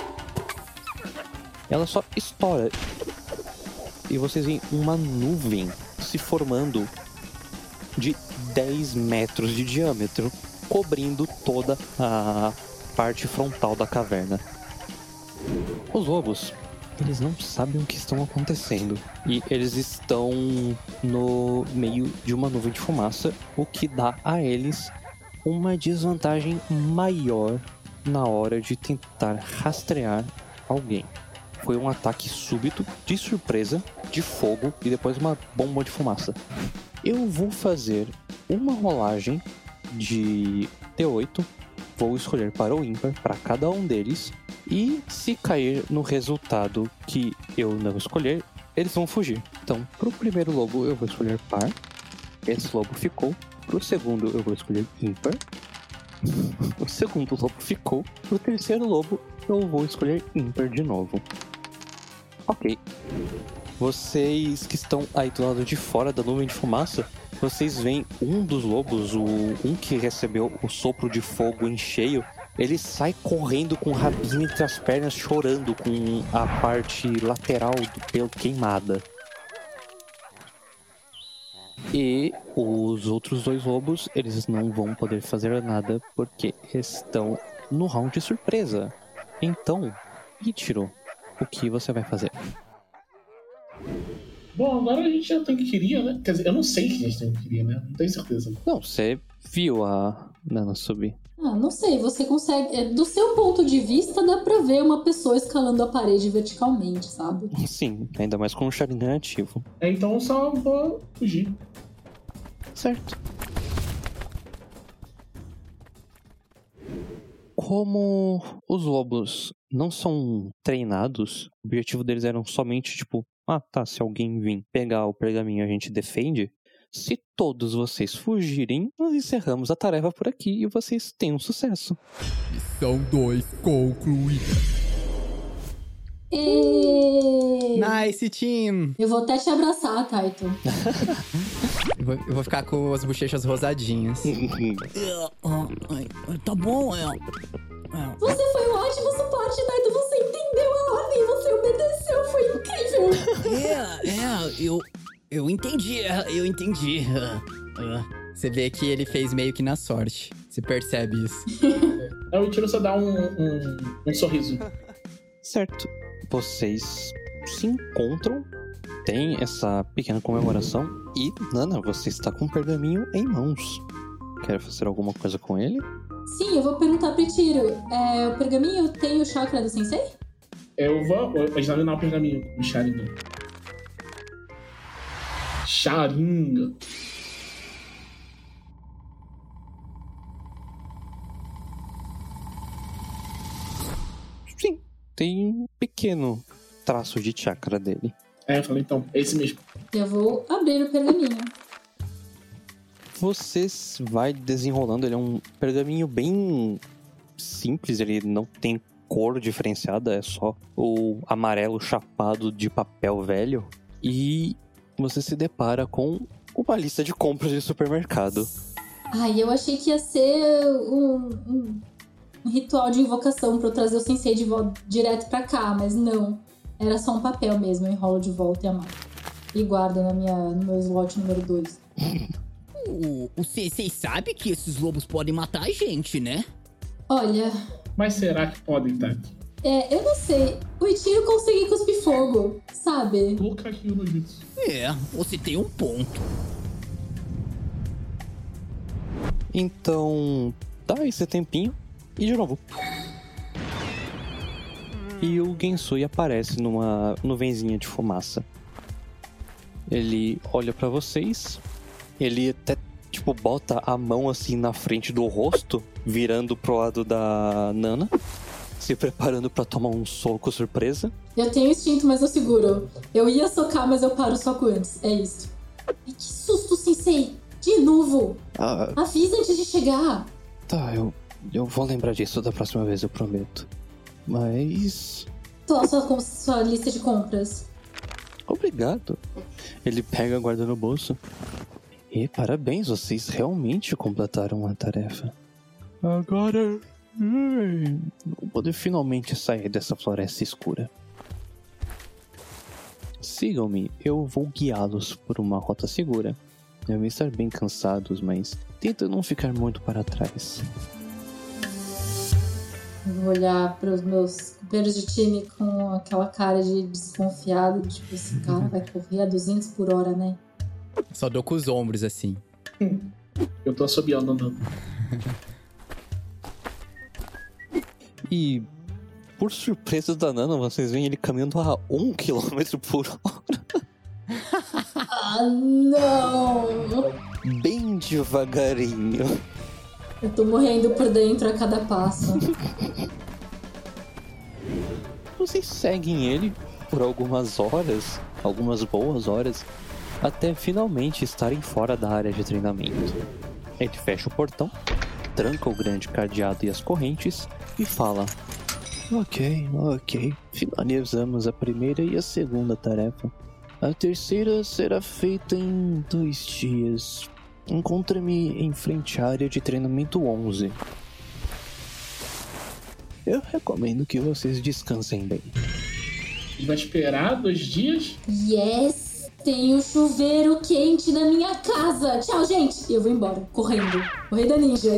Ela só estoura. E vocês veem uma nuvem se formando de 10 metros de diâmetro, cobrindo toda a parte frontal da caverna. Os lobos, eles não sabem o que estão acontecendo. E eles estão no meio de uma nuvem de fumaça, o que dá a eles uma desvantagem maior na hora de tentar rastrear alguém. Foi um ataque súbito, de surpresa, de fogo e depois uma bomba de fumaça. Eu vou fazer uma rolagem de D8, vou escolher para o ímpar para cada um deles, e se cair no resultado que eu não escolher, eles vão fugir. Então, pro primeiro lobo eu vou escolher par. Esse lobo ficou. Pro segundo eu vou escolher ímpar. O segundo lobo ficou. Pro terceiro lobo eu vou escolher ímpar de novo. Ok. Vocês que estão aí do lado de fora da nuvem de fumaça, vocês veem um dos lobos, um que recebeu o sopro de fogo em cheio, ele sai correndo com o rabinho entre as pernas, chorando, com a parte lateral do pelo queimada. E os outros dois lobos, eles não vão poder fazer nada porque estão no round de surpresa. Então, Ichiro, o que você vai fazer? Bom, agora a gente já tem o que queria, né? Quer dizer, eu não sei que a gente tem o que queria, né? Não tenho certeza. Não, você viu a Nana subir. Não sei, você consegue... Do seu ponto de vista, dá pra ver uma pessoa escalando a parede verticalmente, sabe? Sim, ainda mais com o Sharingan ativo. Então eu só vou fugir. Certo. Como os lobos não são treinados, o objetivo deles era somente, tipo, se alguém vir pegar o pergaminho a gente defende. Se todos vocês fugirem, nós encerramos a tarefa por aqui e vocês têm um sucesso. Missão 2 concluída. Nice, team! Eu vou até te abraçar, Taito. Eu vou ficar com as bochechas rosadinhas. Tá bom, Você foi um ótimo suporte, Taito. Você entendeu a ordem, você obedeceu, foi incrível. Eu entendi. Você vê que ele fez meio que na sorte. Você percebe isso. O Ichiro só dá um sorriso. Certo. Vocês se encontram, tem essa pequena comemoração e, Nana, você está com o pergaminho em mãos. Quer fazer alguma coisa com ele? Sim, eu vou perguntar pro Ichiro. O pergaminho tem o chakra do sensei? Eu vou examinar o pergaminho do Sharingan. Sharingan. Sim, tem um pequeno traço de chakra dele. Eu falei, então, é esse mesmo. Eu vou abrir o pergaminho. Você vai desenrolando, ele é um pergaminho bem simples, ele não tem cor diferenciada, é só o amarelo chapado de papel velho. E você se depara com uma lista de compras de supermercado. Eu achei que ia ser um ritual de invocação pra eu trazer o sensei de volta direto pra cá, mas não. Era só um papel mesmo, eu enrolo de volta e amarro. E guardo no meu slot número 2. O sensei sabe que esses lobos podem matar a gente, né? Olha... Mas será que podem, Tati? Eu não sei. O Ichiro conseguiu cuspir fogo, sabe? Pouca aqui no jutsu. Você tem um ponto. Então, dá esse tempinho e de novo. E o Gensui aparece numa nuvenzinha de fumaça. Ele olha pra vocês. Ele até, bota a mão assim na frente do rosto, virando pro lado da Nana, se preparando pra tomar um soco surpresa. Eu tenho instinto, mas eu seguro. Eu ia socar, mas eu paro o soco antes. É isso. Ai, que susto, sensei! De novo! Avisa antes de chegar! Tá, eu vou lembrar disso da próxima vez, eu prometo. Mas... Tô sua lista de compras. Obrigado. Ele pega a guarda no bolso. E parabéns, vocês realmente completaram a tarefa. Agora... vou poder finalmente sair dessa floresta escura. Sigam-me, eu vou guiá-los por uma rota segura. Devem estar bem cansados, mas tenta não ficar muito para trás. Eu vou olhar para os meus companheiros de time com aquela cara de desconfiado, tipo, esse cara vai correr a 200 por hora, né? Só dou com os ombros, assim. Eu tô assobiando andando. E, por surpresa da Nana, vocês veem ele caminhando a 1 km por hora. Não! Bem devagarinho. Eu tô morrendo por dentro a cada passo. Vocês seguem ele, por algumas horas, algumas boas horas, até finalmente estarem fora da área de treinamento. Ele fecha o portão, tranca o grande cadeado e as correntes e fala: Ok. Finalizamos a primeira e a segunda tarefa. A terceira será feita em 2 dias. Encontre-me em frente à área de treinamento 11. Eu recomendo que vocês descansem bem. Vai esperar 2 dias? Yes! Tem um chuveiro quente na minha casa! Tchau, gente! E eu vou embora, correndo. Corrida ninja.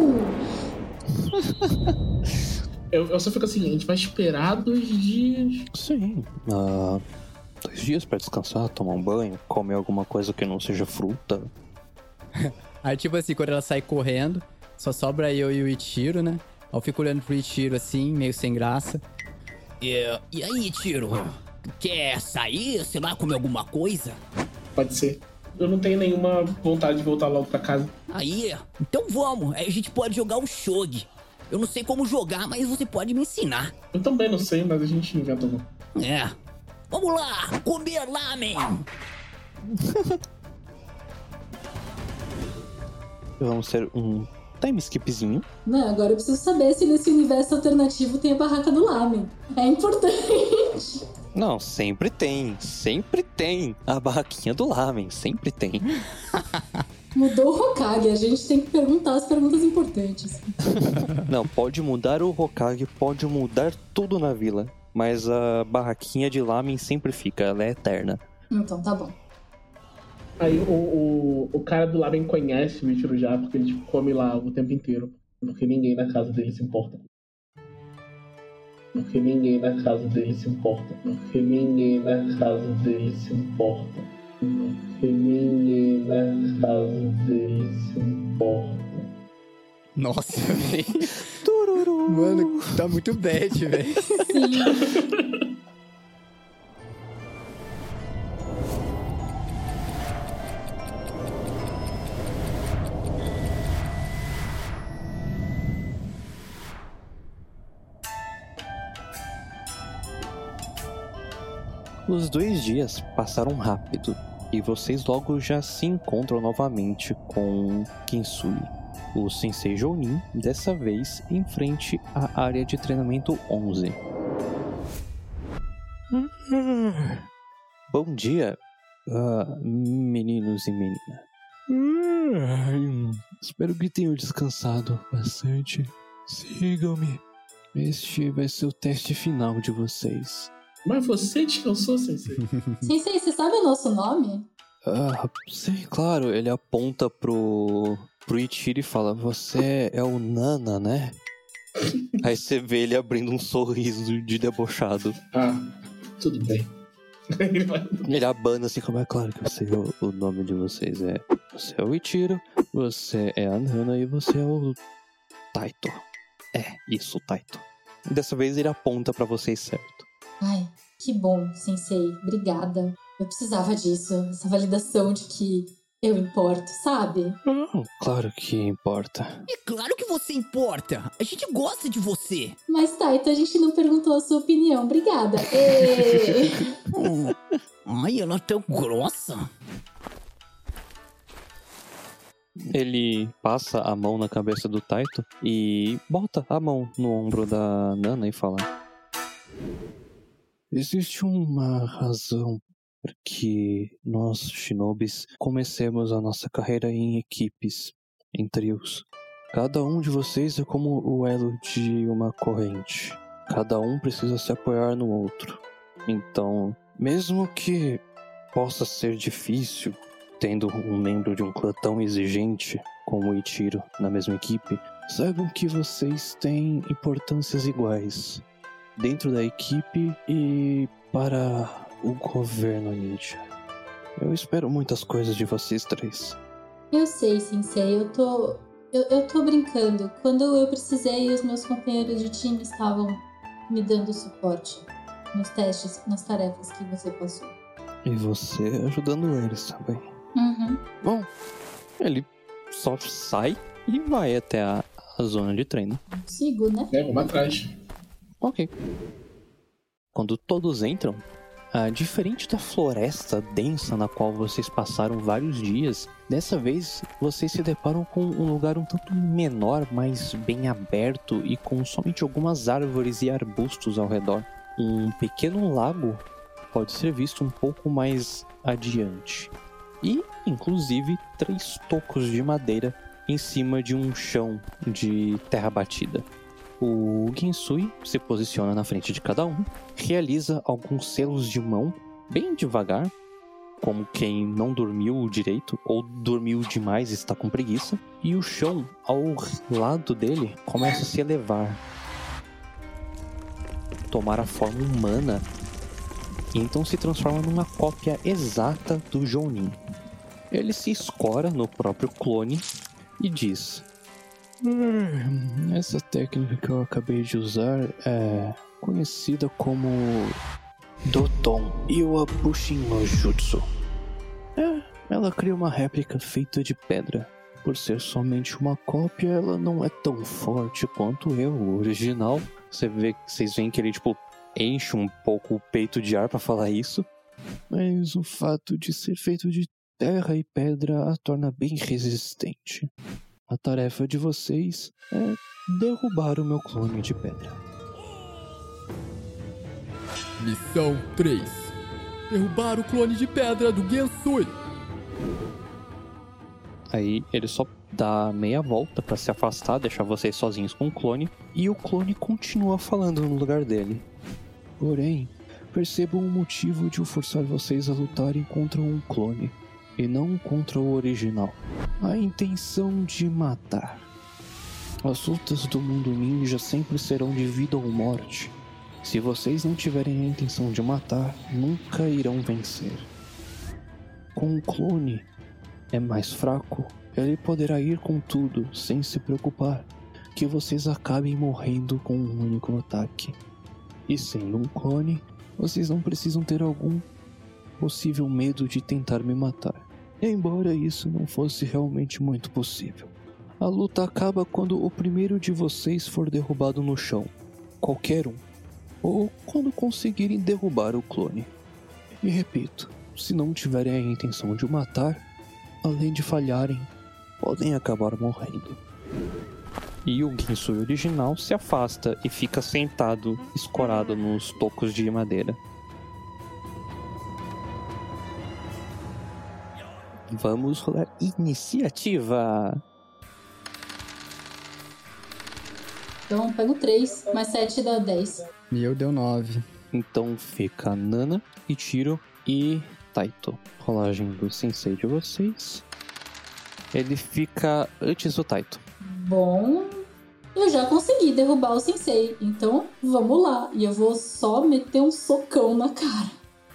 Eu só fico assim, a gente vai esperar 2 dias? Sim. 2 dias pra descansar, tomar um banho, comer alguma coisa que não seja fruta. Aí, tipo assim, quando ela sai correndo, só sobra eu e o Ichiro, né? Eu fico olhando pro Ichiro assim, meio sem graça. E aí, Ichiro? Quer sair? Sei lá, comer alguma coisa? Pode ser. Eu não tenho nenhuma vontade de voltar logo pra casa. Aí, então vamos. Aí a gente pode jogar um shogi. Eu não sei como jogar, mas você pode me ensinar. Eu também não sei, mas a gente inventa um. É. Vamos lá, comer lamen. Vamos ter um time skipzinho. Não, agora eu preciso saber se nesse universo alternativo tem a barraca do lamen. É importante. Não, sempre tem. A barraquinha do lamen, sempre tem. Mudou o Hokage, a gente tem que perguntar as perguntas importantes. Não, pode mudar o Hokage, pode mudar tudo na vila. Mas a barraquinha de lamen sempre fica, ela é eterna. Então, tá bom. Aí o cara do lamen conhece o Ichiro já, porque ele come lá o tempo inteiro. Porque ninguém na casa dele se importa. Porque ninguém na casa dele se importa. Porque ninguém na casa dele se importa. Porque ninguém na casa dele se importa. Nossa, velho. Mano, tá muito bad, velho. Sim. Os 2 dias passaram rápido e vocês logo já se encontram novamente com Kinsui, o Sensei Jounin, dessa vez em frente à área de treinamento 11. Bom dia, meninos e meninas. Espero que tenham descansado bastante. Sigam-me. Este vai ser o teste final de vocês. Mas você descansou, Sensei? Sensei, você sabe o nosso nome? Sim, claro. Ele aponta pro Ichiro e fala: Você é o Nana, né? Aí você vê ele abrindo um sorriso de debochado. Ah, tudo bem. Ele abana assim, como é claro que eu sei o nome de vocês. Você é o Ichiro, você é a Nana e você é o Taito. Isso, Taito. Dessa vez ele aponta pra vocês certo. Ai, que bom, Sensei. Obrigada. Eu precisava disso. Essa validação de que eu importo, sabe? Claro que importa. É claro que você importa. A gente gosta de você. Mas, Taito, a gente não perguntou a sua opinião. Obrigada. Ai, ela é tão grossa. Ele passa a mão na cabeça do Taito e bota a mão no ombro da Nana e fala: Existe uma razão para que nós, shinobis, comecemos a nossa carreira em equipes, em trios. Cada um de vocês é como o elo de uma corrente. Cada um precisa se apoiar no outro. Então, mesmo que possa ser difícil, tendo um membro de um clã tão exigente como o Ichiro na mesma equipe, saibam que vocês têm importâncias iguais dentro da equipe e para o governo ninja. Eu espero muitas coisas de vocês 3. Eu sei, Sensei, eu tô brincando. Quando eu precisei, os meus companheiros de time estavam me dando suporte nos testes, nas tarefas que você passou. E você ajudando eles também. Uhum. Bom, ele só sai e vai até a zona de treino. Sigo, né? Vamos atrás. Ok. Quando todos entram, Diferente da floresta densa na qual vocês passaram vários dias, dessa vez vocês se deparam com um lugar um tanto menor, mas bem aberto e com somente algumas árvores e arbustos ao redor. Um pequeno lago pode ser visto um pouco mais adiante. E, inclusive, 3 tocos de madeira em cima de um chão de terra batida. O Gensui se posiciona na frente de cada um, realiza alguns selos de mão, bem devagar, como quem não dormiu direito ou dormiu demais e está com preguiça, e o chão ao lado dele começa a se elevar, tomar a forma humana, e então se transforma numa cópia exata do Jounin. Ele se escora no próprio clone e diz: essa técnica que eu acabei de usar é conhecida como Doton Iwabushin no Jutsu. Ela cria uma réplica feita de pedra. Por ser somente uma cópia, ela não é tão forte quanto o original. Vocês veem que ele enche um pouco o peito de ar para falar isso. Mas o fato de ser feito de terra e pedra a torna bem resistente. A tarefa de vocês é derrubar o meu clone de pedra. Missão 3. Derrubar o clone de pedra do Gensui. Aí ele só dá meia volta pra se afastar, deixar vocês sozinhos com o clone, e o clone continua falando no lugar dele. Porém, percebo um motivo de eu forçar vocês a lutarem contra um clone, e não contra o original. A intenção de matar. As lutas do mundo ninja sempre serão de vida ou morte. Se vocês não tiverem a intenção de matar, nunca irão vencer. Com o clone é mais fraco, ele poderá ir com tudo sem se preocupar que vocês acabem morrendo com um único ataque. E sendo um clone, vocês não precisam ter algum possível medo de tentar me matar, embora isso não fosse realmente muito possível. A luta acaba quando o primeiro de vocês for derrubado no chão, qualquer um, ou quando conseguirem derrubar o clone. E repito, se não tiverem a intenção de o matar, além de falharem, podem acabar morrendo. E o Gensui original se afasta e fica sentado, escorado nos tocos de madeira. Vamos rolar iniciativa. Então pego 3, mais 7 dá 10. Meu deu 9. Então fica Nana, Ichiro e Taito. Rolagem do sensei de vocês. Ele fica antes do Taito. Bom, eu já consegui derrubar o sensei, então vamos lá. E eu vou só meter um socão na cara.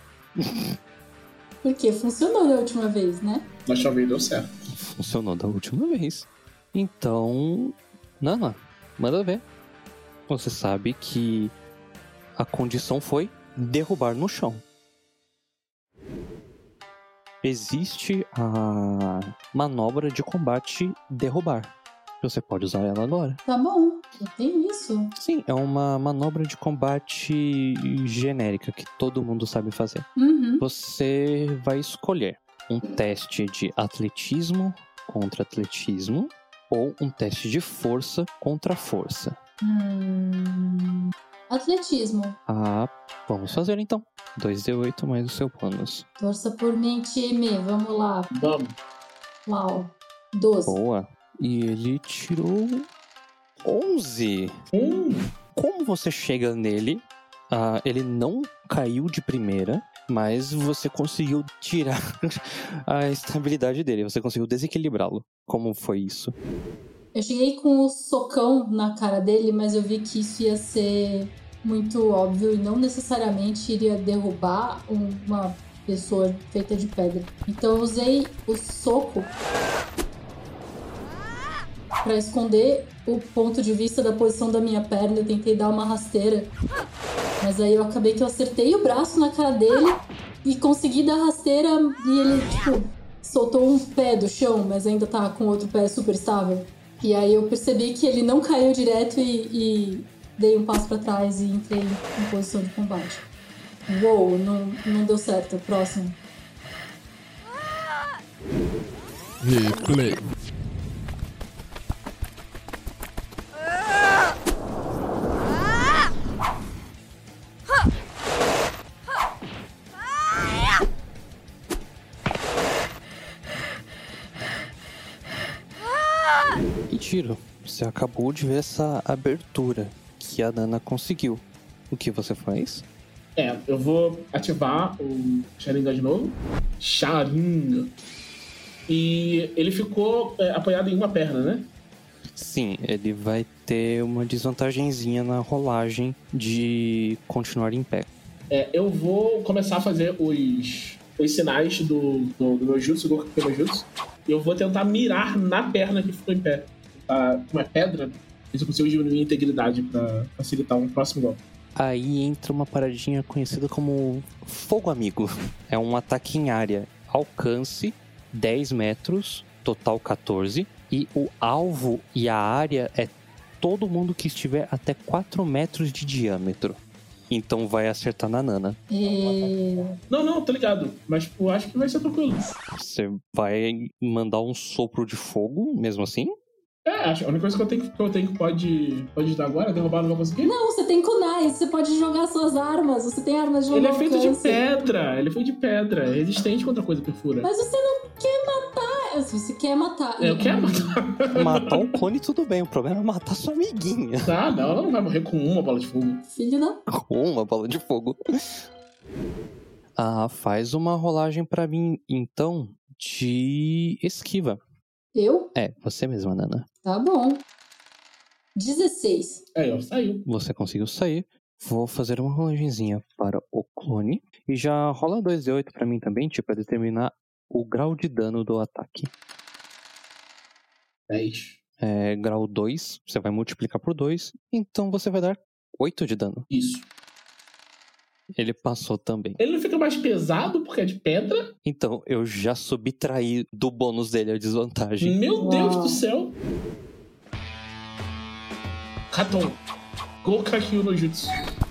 Porque funcionou da última vez, né? Da última vez deu certo. Funcionou da última vez. Então, Nana, manda ver. Você sabe que a condição foi derrubar no chão. Existe a manobra de combate derrubar. Você pode usar ela agora. Tá bom, eu tenho isso. Sim, é uma manobra de combate genérica que todo mundo sabe fazer. Uhum. Você vai escolher um teste de atletismo contra atletismo ou um teste de força contra força. Atletismo. Vamos fazer então. 2d8 mais o seu bônus. Torça por mim, time. Vamos lá. Vamos. Uau. 12. Boa. E ele tirou 11. Como você chega nele, ele não caiu de primeira, mas você conseguiu tirar a estabilidade dele. Você conseguiu desequilibrá-lo. Como foi isso? Eu cheguei com o socão na cara dele, mas eu vi que isso ia ser muito óbvio e não necessariamente iria derrubar uma pessoa feita de pedra. Então eu usei o soco para esconder o ponto de vista da posição da minha perna. Eu tentei dar uma rasteira, mas aí eu acabei que eu acertei o braço na cara dele e consegui dar rasteira e ele, soltou um pé do chão, mas ainda tá com o outro pé super estável. E aí eu percebi que ele não caiu direto e dei um passo pra trás e entrei em posição de combate. Uou, não deu certo. Próximo. Replay. Ichiro, você acabou de ver essa abertura que a Nana conseguiu. O que você faz? Eu vou ativar o Sharingan de novo. Sharingan. E ele ficou apoiado em uma perna, né? Sim, ele vai ter uma desvantagenzinha na rolagem de continuar em pé. Eu vou começar a fazer os sinais do meu jutsu, do meu jutsu. E eu vou tentar mirar na perna que ficou em pé. Uma pedra, eu consigo diminuir a integridade pra facilitar um próximo golpe. Aí entra uma paradinha conhecida como Fogo Amigo. É um ataque em área. Alcance 10 metros, total 14. E o alvo e a área é todo mundo que estiver até 4 metros de diâmetro. Então vai acertar na Nana. Não, tô ligado. Mas eu acho que vai ser tranquilo. Você vai mandar um sopro de fogo, mesmo assim? Acho. A única coisa que eu tenho que pode dar agora, derrubar, não vou conseguir? Não, você tem kunais, você pode jogar suas armas, você tem armas de longo Ele é feito alcance. de pedra, é resistente contra coisa perfura. Mas você não quer matar. Se você quer matar. Eu quero matar. Matar o clone tudo bem, o problema é matar sua amiguinha. Não, ela não vai morrer com uma bola de fogo. Filho da... Com uma bola de fogo. Faz uma rolagem pra mim, então, de esquiva. Eu? Você mesma, Nana. Tá bom. 16. Saiu. Você conseguiu sair. Vou fazer uma rolagenzinha para o clone. E já rola 2d8 pra mim também, pra determinar o grau de dano do ataque. 10. Grau 2, você vai multiplicar por 2. Então você vai dar 8 de dano. Isso. Ele passou também. Ele não fica mais pesado porque é de pedra? Então, eu já subtraí do bônus dele a desvantagem. Meu Deus do céu. Katon. Gokakyu no Jutsu.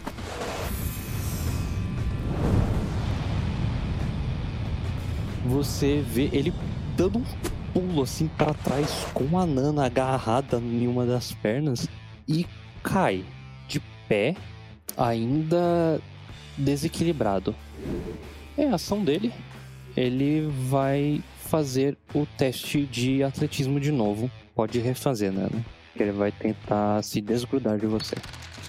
Você vê ele dando um pulo assim pra trás com a Nana agarrada em uma das pernas e cai de pé, ainda desequilibrado. É a ação dele. Ele vai fazer o teste de atletismo de novo. Pode refazer, Nana. Ele vai tentar se desgrudar de você.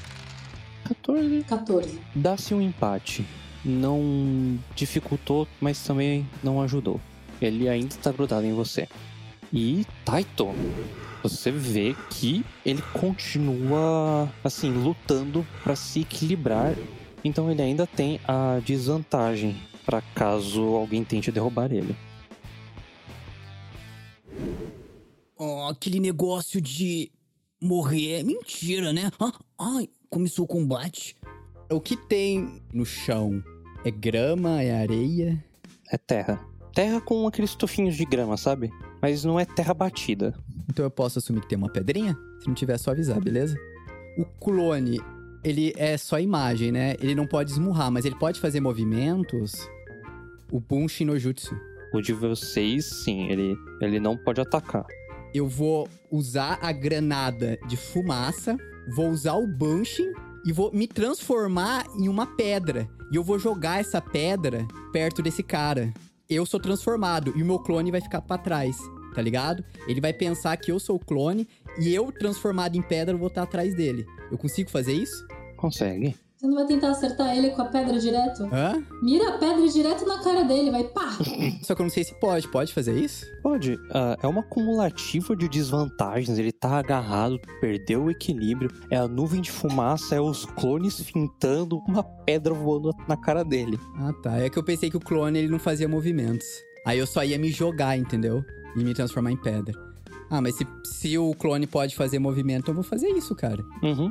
14. Dá-se um empate. Não dificultou, mas também não ajudou. Ele ainda está grudado em você. E Taito, você vê que ele continua assim, lutando para se equilibrar. Então ele ainda tem a desvantagem para caso alguém tente derrubar ele. Aquele negócio de morrer é mentira, né? Ai, começou o combate. O que tem no chão? É grama? É areia? É terra. Terra com aqueles tufinhos de grama, sabe? Mas não é terra batida. Então eu posso assumir que tem uma pedrinha? Se não tiver, é só avisar, beleza? O clone, ele é só imagem, né? Ele não pode esmurrar, mas ele pode fazer movimentos. O Bunshin no Jutsu. O de vocês, sim, ele não pode atacar. Eu vou usar a granada de fumaça, vou usar o Bunshin e vou me transformar em uma pedra. E eu vou jogar essa pedra perto desse cara. Eu sou transformado e o meu clone vai ficar pra trás, tá ligado? Ele vai pensar que eu sou o clone e eu, transformado em pedra, vou estar atrás dele. Eu consigo fazer isso? Consegue. Você não vai tentar acertar ele com a pedra direto? Hã? Mira a pedra direto na cara dele, vai pá! Só que eu não sei se pode. Pode fazer isso? Pode. É uma cumulativa de desvantagens. Ele tá agarrado, perdeu o equilíbrio. É a nuvem de fumaça, é os clones fintando, uma pedra voando na cara dele. Ah, tá. É que eu pensei que o clone, ele não fazia movimentos. Aí eu só ia me jogar, entendeu? E me transformar em pedra. Ah, mas se o clone pode fazer movimento, eu vou fazer isso, cara. Uhum.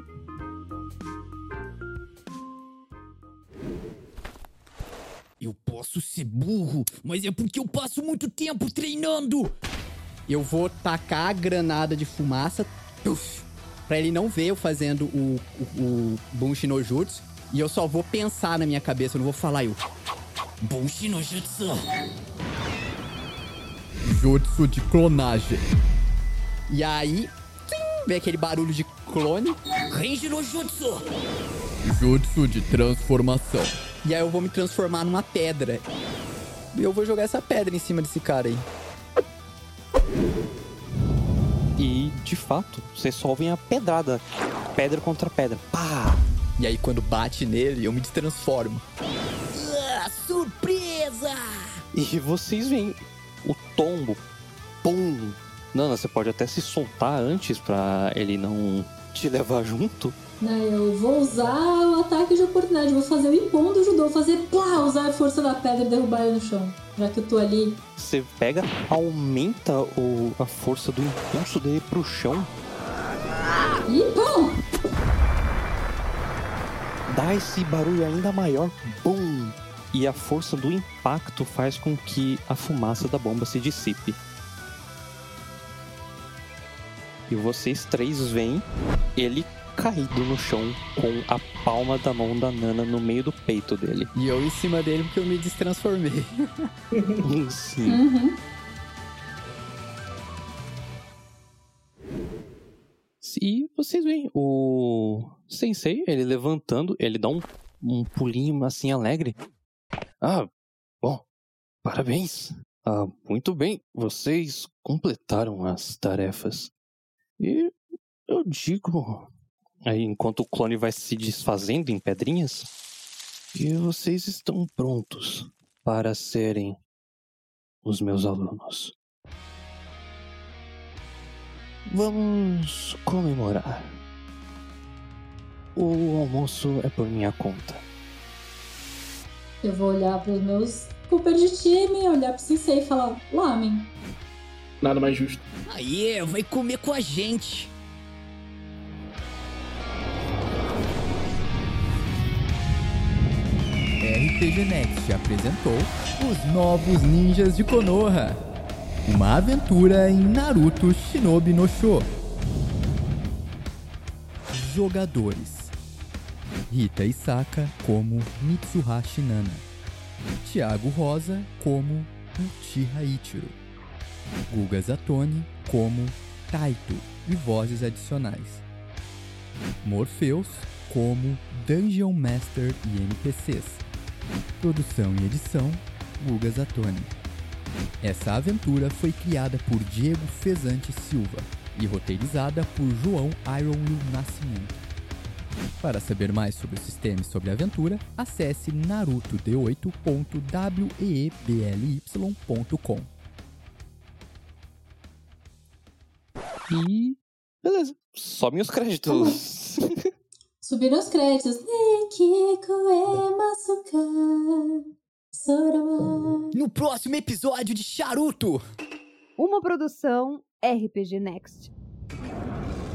Eu posso ser burro, mas é porque eu passo muito tempo treinando. Eu vou tacar a granada de fumaça, pra ele não ver eu fazendo o Bunshin no Jutsu. E eu só vou pensar na minha cabeça, eu não vou falar Bushi no Jutsu. Jutsu de clonagem. E aí, vem aquele barulho de clone. Range no Jutsu. Jutsu de transformação. E aí eu vou me transformar numa pedra. E eu vou jogar essa pedra em cima desse cara aí. E, de fato, vocês só ouvem a pedrada. Pedra contra pedra. Pá! E aí quando bate nele, eu me transformo. Surpresa! E vocês veem o tombo. Pum! Nana, você pode até se soltar antes pra ele não te levar junto. Não, eu vou usar o ataque de oportunidade. Vou fazer o Ippon do judô. Fazer plá, usar a força da pedra e derrubar ele no chão. Já que eu tô ali. Você pega, aumenta a força do impulso dele pro chão. Ippon! Dá esse barulho ainda maior. Bum! E a força do impacto faz com que a fumaça da bomba se dissipe. E vocês três veem ele caído no chão com a palma da mão da Nana no meio do peito dele. E eu em cima dele porque eu me destransformei. Sim. Uhum. E vocês veem o Sensei, ele levantando, ele dá um pulinho assim alegre. Ah, bom, parabéns. Ah, muito bem, vocês completaram as tarefas. E eu digo, aí enquanto o clone vai se desfazendo em pedrinhas, que vocês estão prontos para serem os meus alunos. Vamos comemorar. O almoço é por minha conta. Eu vou olhar pros meus Cooper de time, olhar pro Sensei e falar: lamen. Nada mais justo. Aí, vai comer com a gente. RPG Next apresentou Os Novos Ninjas de Konoha. Uma aventura em Naruto Shinobi no Sho. Jogadores: Rita Isaka como Mitsuhashi Nana, Thiago Rosa como Uchiha Ichiro, Guga Zatoni como Taito e vozes adicionais, Morpheus como Dungeon Master e NPCs. Produção e edição: Guga Zatoni. Essa aventura foi criada por Diego Fezante Silva e roteirizada por João Ironwill Nascimento. Para saber mais sobre o sistema e sobre a aventura, acesse narutod8.weebly.com. E beleza, sobe os créditos. Subiram os créditos. No próximo episódio de Charuto. Uma produção RPG Next.